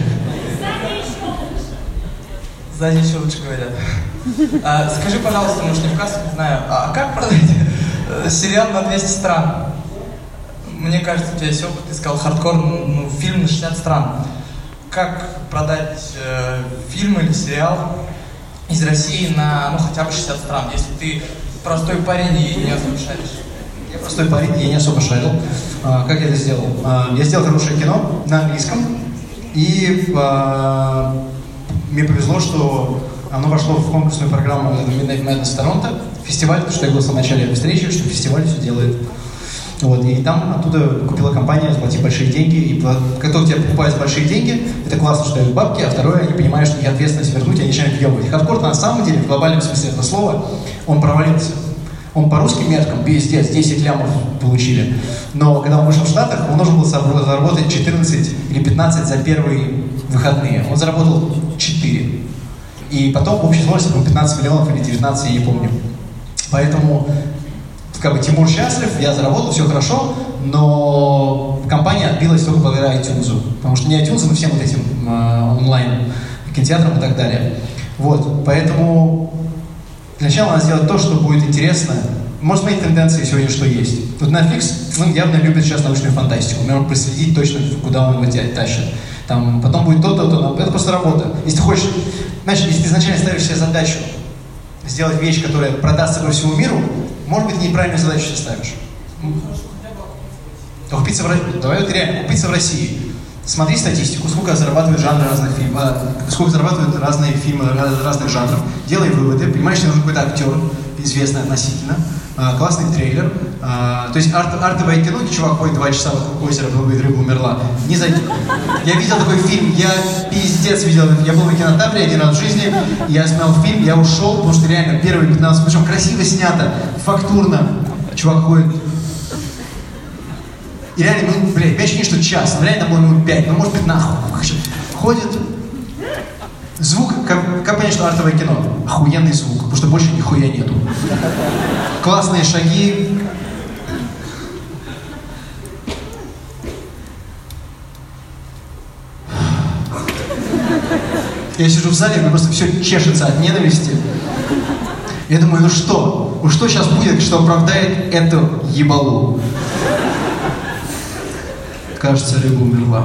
Сзади еще лучше говорят. А, скажи, пожалуйста, может, не в кассу, не знаю, а как продать сериал на двести стран? Мне кажется, у тебя есть опыт, ты сказал хардкор, ну, фильм на шестьдесят стран. Как продать э, фильм или сериал из России на, ну, хотя бы шестьдесят стран, если ты простой парень и не особо шаришь? Я простой парень, я не особо шарил. А, как я это сделал? А, я сделал хорошее кино на английском, и а, мне повезло, что оно вошло в конкурсную программу Midnight Madness Торонто, фестиваль, потому что я говорил в самом начале встречи, что фестиваль все делает. Вот, и там оттуда купила компания, заплатив большие деньги, и как только тебя покупают большие деньги, это классно, что дают бабки, а второе, они понимают, что их ответственность вернуть, они начинают въебывать. Хардкор на самом деле, в глобальном смысле этого слова, он провалился. Он по русским меркам, пиздец, десять лямов получили. Но когда он вышел в Штатах, он должен был заработать четырнадцать или пятнадцать за первые выходные. Он заработал четыре. И потом в общей сложности было пятнадцать миллионов или девятнадцать, я не помню. Поэтому, как бы, Тимур счастлив, я заработал, все хорошо, но компания отбилась только благодаря iTunes. Потому что не iTunes, но всем вот этим э, онлайн кинотеатрам и так далее. Вот, поэтому для начала надо сделать то, что будет интересно. Может, мои тенденции сегодня что есть. Вот Netflix, ну, явно любит сейчас научную фантастику. Мы можем проследить точно, куда он его тащит. Там, потом будет то-то, то-то. Это просто работа. Если ты хочешь, знаешь, если ты изначально ставишь себе задачу сделать вещь, которая продастся по всему миру, может быть, ты неправильную задачу себе ставишь. А купиться в России, давай вот реально, купиться в России. Смотри статистику, сколько зарабатывают жанры разных фильмов, сколько зарабатывают разные фильмы разных жанров, делай выводы, понимаешь, что нужен какой-то актер, известный относительно, классный трейлер, то есть арт, артовое кино, где чувак ходит два часа вокруг озера, ловит рыбу, умерла, не зайдет. Я видел такой фильм, я пиздец видел, я был на кинотавре один раз в жизни, я снял фильм, я ушел, потому что реально первые пятнадцать, причем красиво снято, фактурно, чувак ходит. И реально, ну, блядь, я ощущение, что час, но реально было минут пять, ну, может быть, нахуй. Ходит. Звук, как, как понять, что артовое кино? Охуенный звук, потому что больше нихуя нету. Классные шаги. Я сижу в зале, мне просто все чешется от ненависти. Я думаю, ну что? Ну что сейчас будет, что оправдает эту ебалу? Кажется, рыба умерла.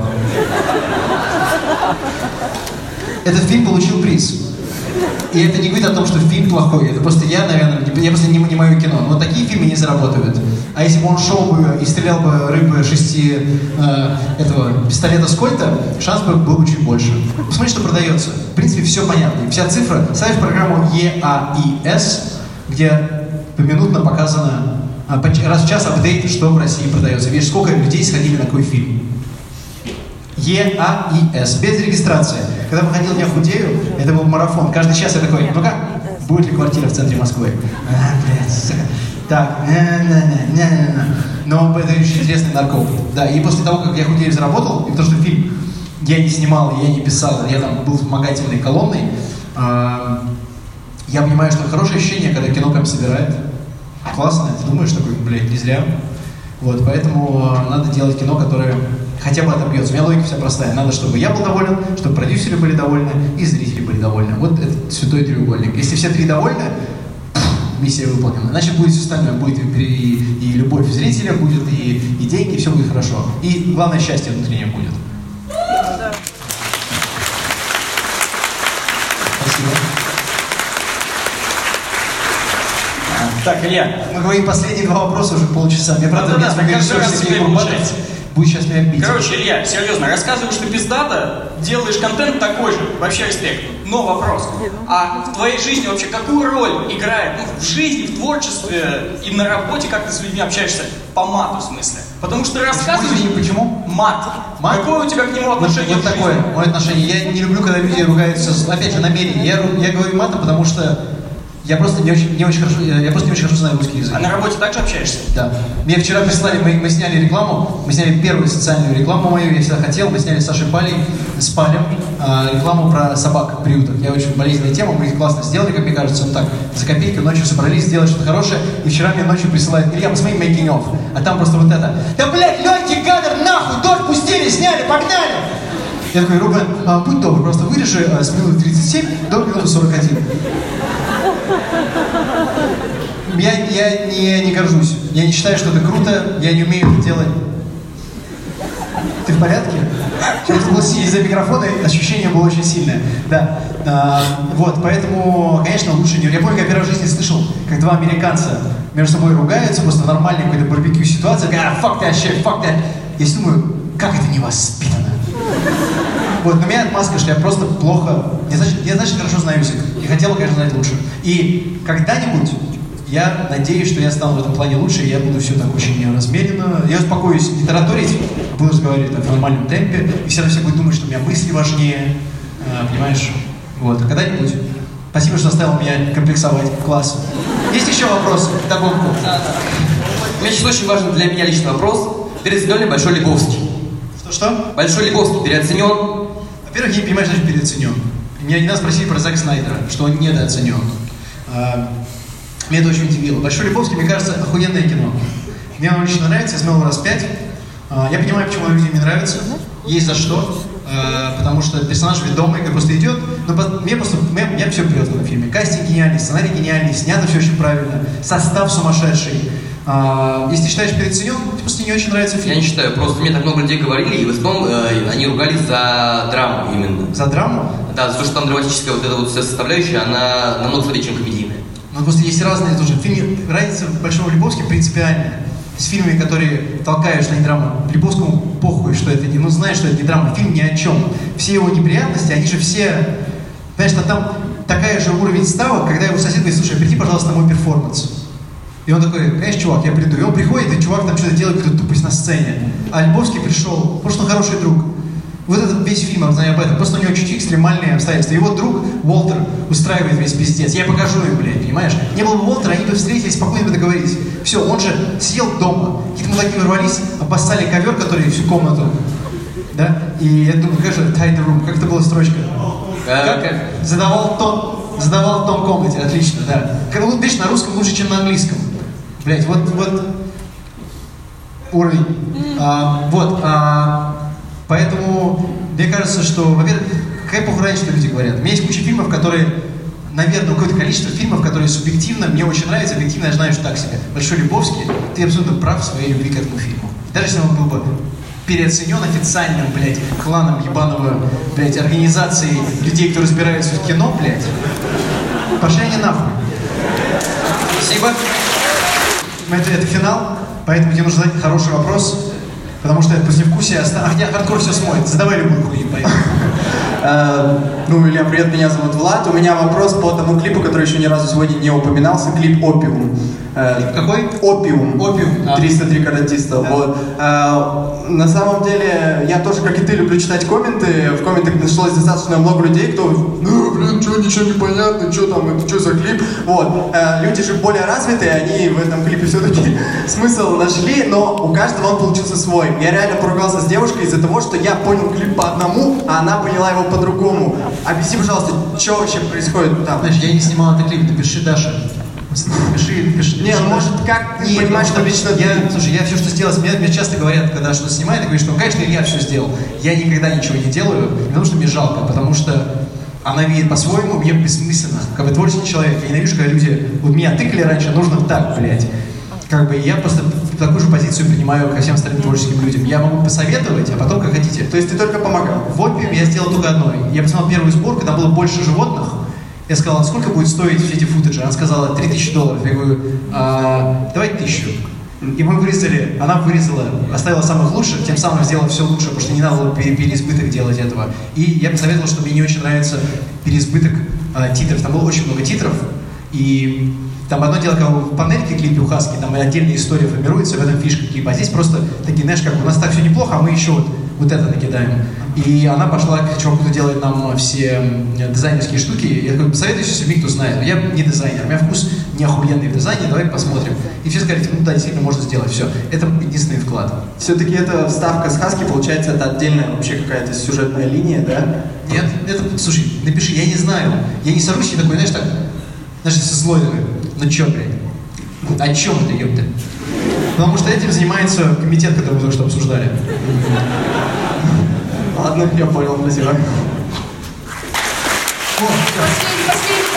Этот фильм получил приз. И это не говорит о том, что фильм плохой. Это просто я, наверное, я просто не, не мое кино. Но такие фильмы не заработают. А если бы он шел бы и стрелял бы рыбы шести э, этого пистолета с кольта, шанс бы был бы чуть больше. Посмотри, что продается. В принципе, все понятно. Вся цифра. Ставишь программу и а и эс, где поминутно показано раз в час апдейт, что в России продается. Видишь, сколько людей сходили на какой фильм. и а и эс. Без регистрации. Когда выходил «Я худею», это был марафон. Каждый час я такой, ну-ка, будет ли квартира в центре Москвы? А, блядь, так, не-не-не-не-не. Но это очень интересный наркоп. Да, и после того, как «Я худею» заработал, и потому что фильм я не снимал, я не писал, я там был вспомогательной колонной, я понимаю, что хорошее ощущение, когда кино прям собирает. классное, ты думаешь такой, блядь, не зря. Вот, поэтому надо делать кино, которое хотя бы отобьется. У меня логика вся простая. Надо, чтобы я был доволен, чтобы продюсеры были довольны и зрители были довольны. Вот это святой треугольник. Если все три довольны, миссия выполнена. Значит, будет все остальное. Будет и, и, и любовь зрителя, будет и, и деньги, и все будет хорошо. И главное, счастье внутреннее будет. Спасибо. Так, Илья, мы говорим последние два вопроса уже полчаса. Мне правда, да, да, мне каждый раз тебе получается. Будет сейчас меня бить. Короче, Илья, серьезно, рассказываешь ты пиздато, делаешь контент такой же, вообще респект. Но вопрос, а в твоей жизни вообще какую роль играет, ну, в жизни, в творчестве и на работе, как ты с людьми общаешься, по мату в смысле? Потому что ты рассказываешь... Почему? Почему? Мат. Мат? Какое у тебя к нему отношение? Вот, вот такое, мое отношение. Я не люблю, когда люди ругаются, опять же, намеренно. Я, я говорю матом, потому что я просто не очень, не очень хорошо, я, я просто не очень хорошо знаю русский язык. А на работе также общаешься? Да. Мне вчера прислали, мы, мы сняли рекламу, мы сняли первую социальную рекламу мою, я всегда хотел, мы сняли с Сашей Палей, с Палем, э, рекламу про собак в приютах. Я очень болезненная тема, мы их классно сделали, как мне кажется, ну так, за копейки ночью собрались сделать что-то хорошее, и вчера мне ночью присылают, Илья, посмотри making of, а там просто вот это, да блядь, легкий кадр, нахуй, дождь пустили, сняли, погнали! Я такой, Рубен, а, будь добр, просто вырежи а, с минуты тридцать семь до минуты сорок один. Я, я не, не горжусь. Я не считаю, что это круто. Я не умею это делать. Ты в порядке? Сейчас было из-за микрофона, ощущение было очень сильное. Да. А, вот, поэтому, конечно, лучше не... Я помню, я первый раз в жизни слышал, как два американца между собой ругаются, просто нормальная какая-то барбекю ситуация. А, фак ты, вообще, фак ты. Я думаю, как это невоспитанно. Вот, но у меня отмазка, что я просто плохо, я значит, я, значит хорошо знаю язык. И хотел, конечно, знать лучше. И когда-нибудь я надеюсь, что я стану в этом плане лучше, и я буду все так очень размеренно. Я успокоюсь не тараторить, а буду разговаривать так, в нормальном темпе. И все равно все будут думать, что у меня мысли важнее. А, понимаешь? Вот, а когда-нибудь. Спасибо, что оставил меня комплексовать. Класс. Есть еще вопросы? Догонку. Да, да. У меня сейчас очень важный для меня личный вопрос. Переоценен ли Большой Лебовский? Что-что? Большой Лебовский переоценен? Во-первых, я не понимаю, что значит переоценен. Меня не раз спросили про Зака Снайдера, что он недооценен. А, меня это очень удивило. Большой Лебовский, мне кажется, охуенное кино. Мне оно лично нравится, я смотрел раз пять. А, я понимаю, почему людям не нравится. Есть за что. А, потому что персонаж ведомый, как просто идет. Но по, мне просто, мне, меня все прет в этом фильме. Кастинг гениальный, сценарий гениальный, снято все очень правильно. Состав сумасшедший. А, если считаешь переоценен, тебе просто не очень нравится фильм. Я не считаю, просто мне так много людей говорили, и в основном э, они ругались за драму именно. За драму? Да, за то, что там драматическая вот эта вот составляющая, она намного слабее, чем комедийная. Ну просто есть разные тоже. В фильме разница в Большом Лебовске принципиальная. С фильмами, которые толкают, что они драма, Лебовскому похуй, что это не, ну знаешь, что это не драма, фильм ни о чем. Все его неприятности, они же все, знаешь, что там такая же уровень ставок, когда его сосед говорит, слушай, приди, пожалуйста, на мой перформанс. И он такой, конечно, чувак, я приду. И он приходит, и чувак там что-то делает, какую-то тупость на сцене. А Лебовский пришел, потому что он хороший друг. Вот этот весь фильм, я знаю об этом. Просто у него чуть-чуть экстремальные обстоятельства. Его друг Уолтер устраивает весь пиздец. Я покажу им, блядь, понимаешь? Не было бы Уолтера, они бы встретились, спокойно бы договорились. Все, он же сидел дома. Какие-то мудаки ворвались, обоссали ковер, который всю комнату. Да? И я думаю, как же tight room, как это была строчка? Как? как? Задавал тон, задавал тон комнате, отлично, да. Как, вот, видишь, на русском лучше, чем на английском. Блять, вот, вот уровень. А, вот, а, поэтому мне кажется, что, во-первых, какая похуй разница, что люди говорят. У меня есть куча фильмов, которые, наверное, какое-то количество фильмов, которые субъективно, мне очень нравятся, объективно я знаю, что так себе. Большой Лебовский, ты абсолютно прав в своей любви к этому фильму. Даже если он был бы переоценен официальным, блядь, кланом ебаного, блядь, организации людей, кто разбирается в кино, блядь. Пошли они нахуй. Спасибо. Это, это финал, поэтому тебе нужно задать хороший вопрос, потому что это послевкусие осталось. Ах, нет, хардкор все смоет. Задавай любую хуйню, поехали. Ну, Илья, привет, меня зовут Влад. У меня вопрос по тому клипу, который еще ни разу сегодня не упоминался. Клип «Опиум». Какой? «Опиум». «Опиум». триста три каратиста. Да. Вот. На самом деле, я тоже, как и ты, люблю читать комменты. В комментах нашлось достаточно много людей, кто ну, блин, что, ничего не понятно, что там, это что за клип? Вот. Люди же более развитые, они в этом клипе все-таки смысл нашли, но у каждого он получился свой. Я реально поругался с девушкой из-за того, что я понял клип по одному, а она поняла его по-другому. Объясни, пожалуйста, что вообще происходит там? Знаешь, я не снимал этот клип, напиши Даша. Пиши, пиши. Не, ну может как не понимать, что лично я, слушай, я все, что сделал, мне, мне часто говорят, когда что-то снимают, говорят, что, ну, конечно, я все сделал. Я никогда ничего не делаю, потому что мне жалко, потому что она видит по-своему, мне бессмысленно. Как бы творческий человек, я ненавижу, когда люди, вот меня тыкали раньше, нужно так, блядь. Как бы я просто в такую же позицию принимаю ко всем остальным творческим людям. Я могу посоветовать, а потом как хотите. То есть ты только помогал? В Опиуме я сделал только одно. Я посмотрел первую сборку, там было больше животных. Я сказал, сколько будет стоить все эти футажи? Она сказала, три тысячи долларов. Я говорю, а, давай тысячу. И мы вырезали, она вырезала, оставила самых лучших, тем самым сделала все лучше, потому что не надо было переизбыток делать этого. И я посоветовал, что мне не очень нравится переизбыток а, титров. Там было очень много титров, и там одно дело, когда в панельке клипе у Хаски, там отдельная история формируется, в этом фишка клипа. А здесь просто такие, знаешь, как у нас так все неплохо, а мы еще вот, вот это накидаем. И она пошла к чуваку, кто делает нам все дизайнерские штуки. Я такой, посоветуйся с людьми, кто знает. Я не дизайнер, у меня вкус не охуенный в дизайне, давай посмотрим. И все сказали, ну да, действительно можно сделать все. Это единственный вклад. Все-таки эта вставка с Хаски, получается, это отдельная вообще какая-то сюжетная линия, да? Нет, это, слушай, напиши, я не знаю. Я не сорвусь и такой, знаешь, так, знаешь, со злой такой, ну чё, блядь, о чем это, ёпта? Потому что этим занимается комитет, который мы только что обсуждали. Ладно, я понял, спасибо. Последний, последний,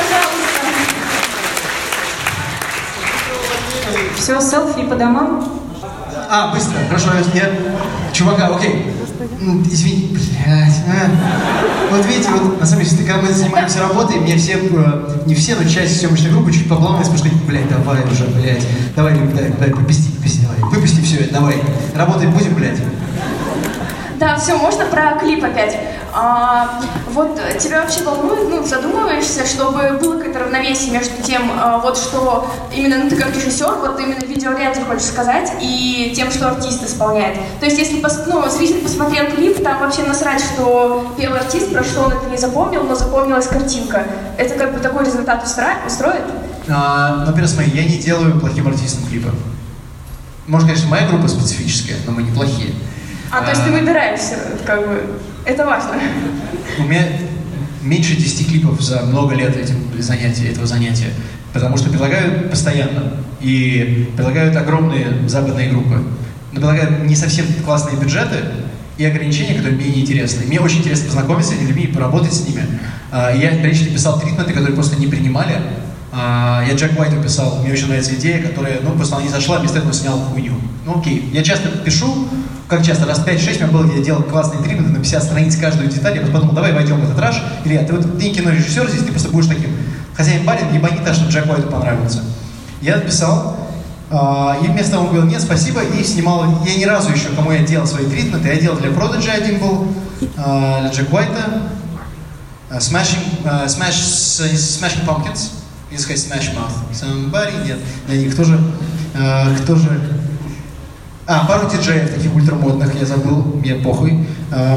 пожалуйста. Все, селфи по домам? А, быстро, хорошо, я... Чувака, окей. Извини, блядь. А. Вот видите, вот на самом деле, когда мы занимаемся работой, мне все, не все, но часть съемочной группы чуть побламывались, потому что, блядь, давай уже, блядь. Давай, давай, давай, попусти, попусти, давай. Выпусти все это, давай. Работать будем, блядь. Да, все, можно про клип опять. А, вот тебя вообще волнует, ну, задумываешься, чтобы было какое-то равновесие между тем, а, вот что именно ну, ты как режиссер, вот именно в видеоряде хочешь сказать, и тем, что артист исполняет. То есть, если пос, ну, зритель посмотрел клип, там вообще насрать, что пел артист, про что он это не запомнил, но запомнилась картинка. Это как бы такой результат устра- устроит? А, ну, первое, смотри, я не делаю плохим артистам клипа. Может, конечно, моя группа специфическая, но мы неплохие. А, то есть ты выбираешься, как бы, это важно. У меня меньше десяти клипов за много лет этим занятия, этого занятия, потому что предлагают постоянно, и предлагают огромные западные группы, но предлагают не совсем классные бюджеты и ограничения, которые мне не интересны. Мне очень интересно познакомиться с этими людьми и поработать с ними. Я периодически писал тритменты, которые просто не принимали. Я Джек Уайту писал, мне очень нравится идея, которая, ну, просто она не зашла, вместо этого снял хуйню. Ну, окей, я часто пишу, как часто, раз пять-шесть у меня было, где я делал классные тритменты на пятьдесят страниц каждую деталь, я подумал, давай войдем в этот раж. Илья, ты вот ты не кинорежиссер здесь, ты просто будешь таким хозяин-барин, ебани так, чтобы Джек Уайту понравится. Я написал, и вместо того он говорил, нет, спасибо, и снимал, я ни разу еще, кому я делал свои тритменты, я делал для Prodigy один был, для Джек Уайта, Smashing, uh, Smash, Smashing Pumpkins, если сказать Smash Mouth, Somebody, нет, для них тоже, uh, кто же, а, пару диджеев таких ультрамодных, я забыл, мне похуй, uh,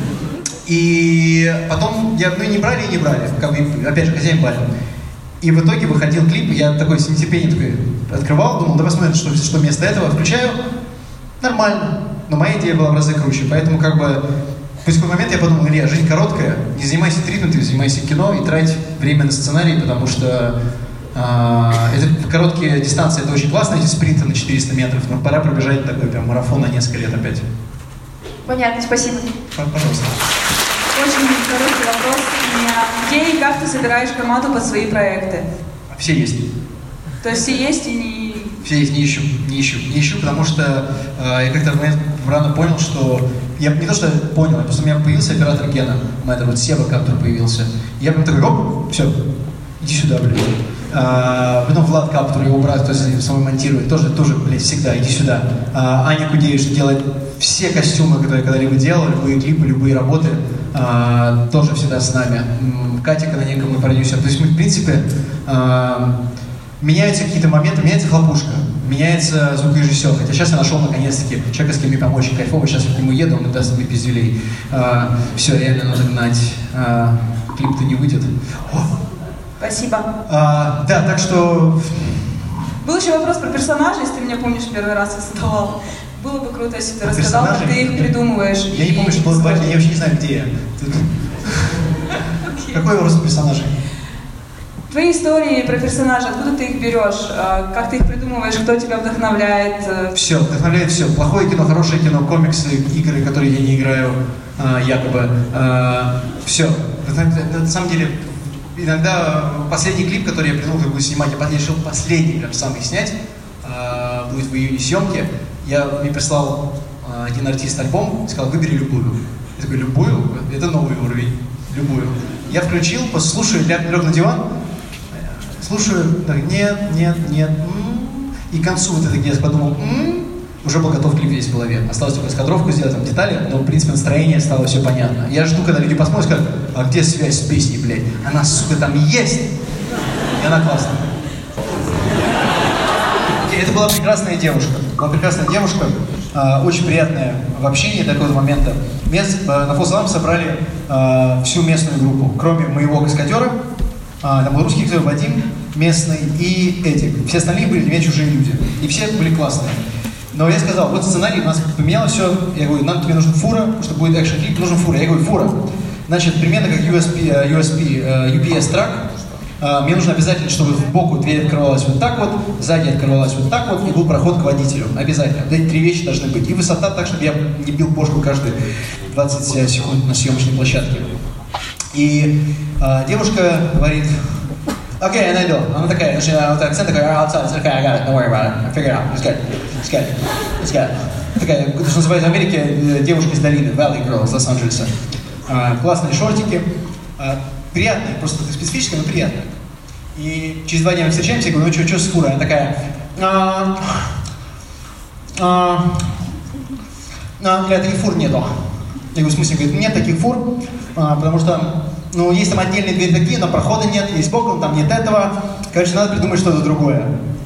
и потом, я, ну и не брали, и не брали, как бы, опять же, хозяин барин. И в итоге выходил клип, я такой с нетерпением такой открывал, думал, давай посмотрим, что, что вместо этого, включаю, нормально, но моя идея была в разы круче, поэтому как бы в какой момент я подумал, Илья, жизнь короткая, не занимайся тритментами, занимайся кино и трать время на сценарий, потому что э, это короткие дистанции, это очень классно, эти спринты на четыреста метров, но пора пробежать такой прям марафон на несколько лет опять. Понятно, спасибо. Пожалуйста. Очень короткий вопрос у меня. Где и как ты собираешь команду под свои проекты? Все есть. То есть все есть и не... Все есть, не ищу, не ищу, не ищу, потому что э, я как-то в момент рано понял, что я не то что понял, а просто у меня появился оператор Гена, это вот Сева, который появился. И я прям такой, оп, все, иди сюда, блядь. А, потом Влад Кап, который его брат, то есть самой монтирует, тоже, тоже, блядь, всегда, иди сюда. А, Аня Кудеев, что делает все костюмы, которые я когда-либо делал, любые клипы, любые работы, а, тоже всегда с нами. Катя Каноненко, мой продюсер. То есть мы, в принципе, а, меняются какие-то моменты, меняется хлопушка, меняется звукорежиссер. Хотя сейчас я нашел наконец-таки человека, с кем мне прям очень кайфово. Сейчас я к нему еду, он даст мне пиздюлей. А, все, реально надо гнать. А, клип-то не выйдет. О! Спасибо. А, да, так что... Был еще вопрос про персонажей, если ты меня помнишь, первый раз я задавал. Было бы круто, если ты рассказал, как ты их придумываешь. Я не помню, что было два, я вообще не знаю, где я. Какой вопрос персонажей? Твои истории про персонажей, откуда ты их берешь? Как ты их придумываешь? Кто тебя вдохновляет? Все, вдохновляет все. Плохое кино, хорошее кино, комиксы, игры, которые я не играю, якобы. Все. На самом деле, иногда последний клип, который я придумал, как буду снимать, я решил последний прям самый снять, будет в июне съемки. Я мне прислал один артист альбом, сказал, выбери любую. Я такой, любую? Это новый уровень. Любую. Я включил, послушаю, ляг, лег на диван, слушаю, так, нет, нет, нет, м-м. И к концу вот это, где я подумал, м-м, уже был готов клип весь в голове. Осталось только раскадровку сделать, там детали, но, в принципе, настроение стало все понятно. Я жду, когда люди посмотрят, скажут, а где связь с песней, блядь? Она, сука, там есть! И она классная. И это была прекрасная девушка. Была прекрасная девушка, э, очень приятная в общении до какого-то момента. Мест, э, на Фосалам собрали э, всю местную группу, кроме моего каскадера. А, там был русский актер Вадим, местный, и эти. Все остальные были для меня чужие люди. И все были классные. Но я сказал, вот сценарий, у нас поменялось все. Я говорю, нам тебе нужен фура, потому что будет экшн-клип, нужен фура. Я говорю, фура. Значит, примерно как ю эс пи, ю эс пи, ю пи эс-трак. Мне нужно обязательно, чтобы в боку дверь открывалась вот так вот, сзади открывалась вот так вот, и был проход к водителю. Обязательно. Эти три вещи должны быть. И высота так, чтобы я не бил бошку каждые двадцать секунд на съемочной площадке. И э, девушка говорит, окей, я найду. Она такая, значит, вот акцент такой, outside, okay, I got it, don't worry about it, I figure it out, it's good, it's good, it's good. Такая, что называется в Америке, девушка из долины, Valley Girl из Лос-Анджелеса. Э, классные шортики, э, приятные, просто специфические, но приятные. И через два дня мы встречаемся, я говорю, ну что, что с фурой? Она такая, а, а, а, для таких фур нету. Я говорю, в смысле, говорит, нет таких фур, а, потому что, ну, есть там отдельные двери такие, но прохода нет, есть боком, там нет этого. Короче, надо придумать что-то другое.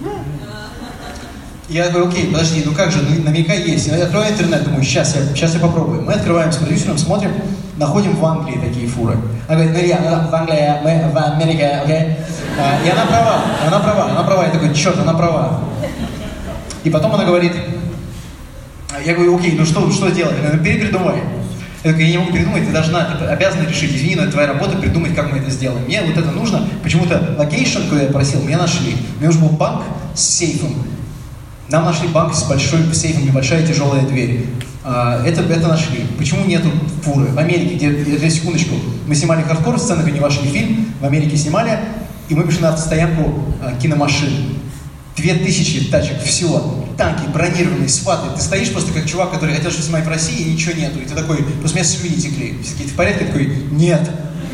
Я говорю, окей, подожди, ну как же, ну, наверняка есть. Я открываю интернет, думаю, сейчас я, сейчас я попробую. Мы открываем с продюсером, смотрим, находим в Англии такие фуры. Она говорит, ну я в Англии, мы в Америке, окей? А, и она права, она права, она права. Я такой, черт, она права. И потом она говорит, я говорю, окей, ну что, что делать? Она говорит, перепридумай. Я такой, я не могу придумать, ты должна, ты обязана решить, извини, но это твоя работа, придумать, как мы это сделаем. Мне вот это нужно, почему-то локейшн, куда я просил, мне нашли. Мне нужен был банк с сейфом. Нам нашли банк с большой сейфом, небольшая тяжелая дверь. А, это, это нашли. Почему нету фуры? В Америке, где, где секундочку, мы снимали хардкор, сцены, не ваши фильм, в Америке снимали, и мы пришли на автостоянку а, киномашин. Две тысячи тачек, всего. Танки, бронированные, сваты. Ты стоишь просто как чувак, который хотел что-то снимать в России, и ничего нету. И ты такой, просто у меня слюни текли. Все такие, в порядке? Я такой, нет.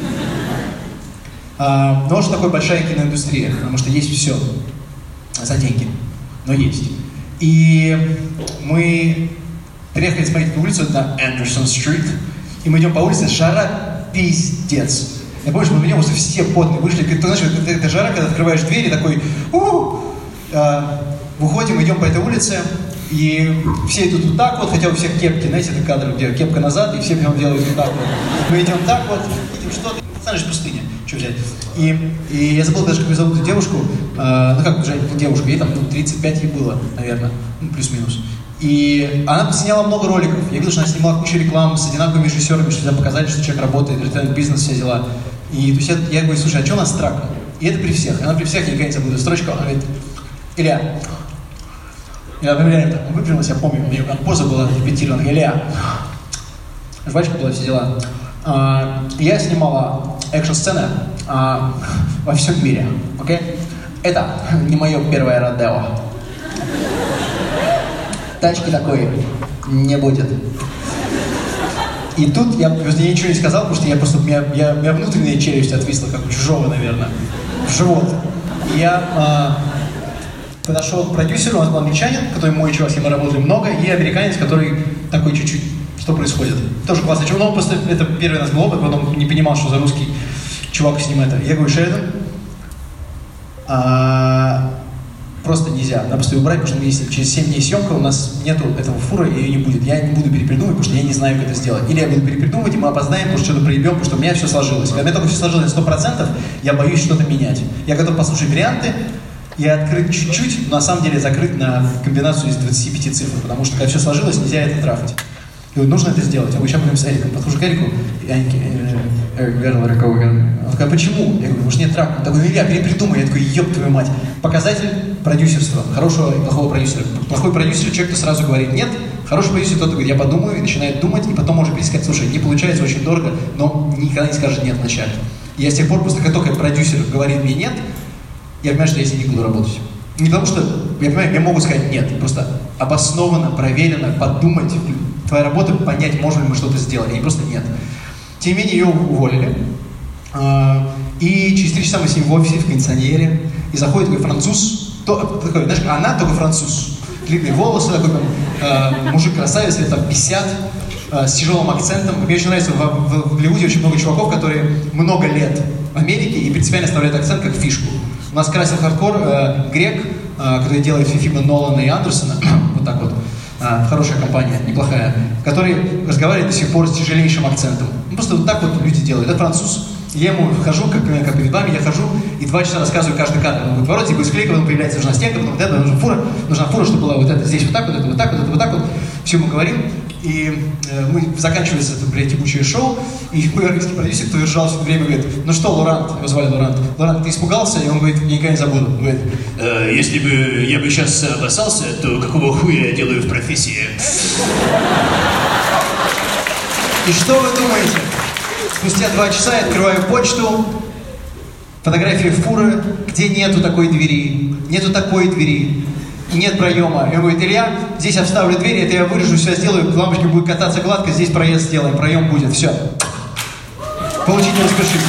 А, но что такое большая киноиндустрия? Потому что есть все за деньги. Но есть. И мы приехали смотреть по улице на Андерсон-стрит, и мы идем по улице, жара пиздец. Я помню, что мы идем, просто все потные вышли. Ты знаешь, это, это жара, когда открываешь дверь, и такой, у-у-у! А, выходим, идем по этой улице, и все идут вот так вот, хотя у всех кепки, знаете, это кадр, где кепка назад, и все прям делают вот так вот. Мы идем так вот, видим что-то, знаешь, пустыня, что взять. И, и я забыл даже, как ее зовут эту девушку, э, ну как уже девушка, ей там ну, тридцать пять ей было, наверное, ну, плюс-минус. И она сняла много роликов, я видел, что она снимала кучу рекламы с одинаковыми режиссерами, что показали, что человек работает, ресторанный бизнес, все дела. И то есть я, я говорю, слушай, а что у нас трак? И это при всех, она при всех, я никогда не забуду строчку, она говорит, Илья, я реально выпрямилась, я помню, у нее поза была репетирована, Илья, жвачка была, все дела. А, я снимала экшн-сцены а, во всем мире, окей? Okay? Это не мое первое родео. Тачки такой не будет. И тут я, я ничего не сказал, потому что я просто, у меня, я, у меня внутренняя челюсть отвисла, как у чужого, наверное, в живот. И я а, подошел к продюсеру, у нас был англичанин, который мой чувак, с ним мы работали много, и американец, который такой чуть-чуть, что происходит. Тоже классный чувак, но просто это первый у нас был опыт, потом не понимал, что за русский чувак с ним это. Я говорю, Шеридан, а, просто нельзя, надо просто ее убрать, потому что если через семь дней съемка, у нас нету этого фура, и ее не будет. Я не буду перепридумывать, потому что я не знаю, как это сделать. Или я буду перепридумывать, и мы опоздаем, потому что что-то проебем, потому что у меня все сложилось. Когда у меня только все сложилось на сто процентов, я боюсь что-то менять. Я готов послушать варианты, я открыт чуть-чуть, но на самом деле закрыт на комбинацию из двадцати пяти цифр, потому что когда все сложилось, нельзя это трафать. И вот нужно это сделать. А мы сейчас будем с Эриком. Подхожу к Эрику, и Аньке, Эрик Верл, Эриковый. Он такой, а почему? Я говорю, может нет рака? Он такой, Илья, перепридумай. Я такой, ёб твою мать. Показатель продюсерства. Хорошего и плохого продюсера. Плохой продюсер, человек, кто сразу говорит нет. Хороший продюсер, тот говорит, я подумаю, и начинает думать, и потом может пересказать, слушай, не получается, очень дорого, но никогда не скажет нет вначале. И я с тех пор, просто как только продюсер говорит мне нет, я понимаю, что я с ним не буду работать. Не потому что, я понимаю, мне могут сказать нет, просто обоснованно, проверено, подумать, твоя работа, понять, можем ли мы что-то сделать, и просто нет. Тем не менее, ее уволили, и через три часа мы с ним в офисе, в кондиционере, и заходит такой француз, то, такой, знаешь, она только француз, длинные волосы, такой э, мужик-красавец, лет там пятьдесят, э, с тяжелым акцентом. Мне очень нравится, в, в, в Голливуде очень много чуваков, которые много лет в Америке и принципиально оставляют акцент как фишку. У нас красил хардкор э, грек, э, который делает фильмы Нолана и Андерсона, вот так вот, э, хорошая компания, неплохая, который разговаривает до сих пор с тяжелейшим акцентом. Ну, просто вот так вот люди делают. Это француз. Я ему хожу, как, как перед вами, я хожу и два часа рассказываю каждый кадр. Он говорит, вороте, из клейка, потом появляется нужна стенка, потом вот это, нужна фура, нужна фура, чтобы была вот это здесь вот так, вот это вот так, вот это вот так вот. Все мы говорим, и э, мы заканчивается это, блядь, ебучее шоу, и мой армейский продюсер, кто держал все это время, говорит, ну что, Лорант, его звали Лорант, Лорант, ты испугался? И он говорит, я никогда не забуду. Он говорит, э, если бы я бы сейчас опасался, то какого хуя я делаю в профессии? И что вы думаете? Спустя два часа я открываю почту, фотографии фуры, где нету такой двери, нету такой двери, нет проема. И он говорит, Илья, здесь я вставлю дверь, это я вырежу, все сделаю, лампочка будет кататься гладко, здесь проезд сделаем, проем будет, все. Получите, распишитесь.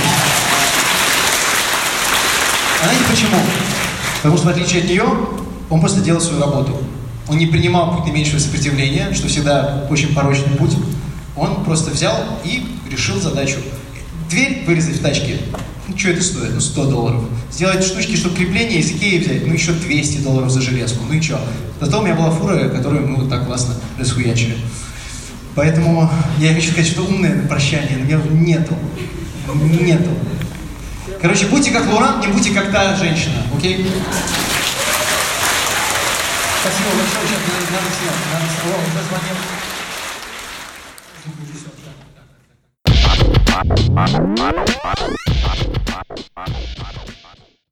Она не почему? Потому что в отличие от нее, он просто делал свою работу. Он не принимал путь наименьшего сопротивления, что всегда очень порочный путь. Он просто взял и решил задачу. Дверь вырезать в тачке, ну что это стоит? Ну сто долларов. Сделать штучки, чтобы крепление из Икеи взять, ну еще двести долларов за железку, ну и что? Зато у меня была фура, которую мы вот так классно расхуячили. Поэтому я хочу сказать, что умное на прощание, но меня нету. Нету. Короче, будьте как Лорант, не будьте как та женщина, окей? Спасибо большое, сейчас надо снять, надо снять. О, уже звонил. Thank you.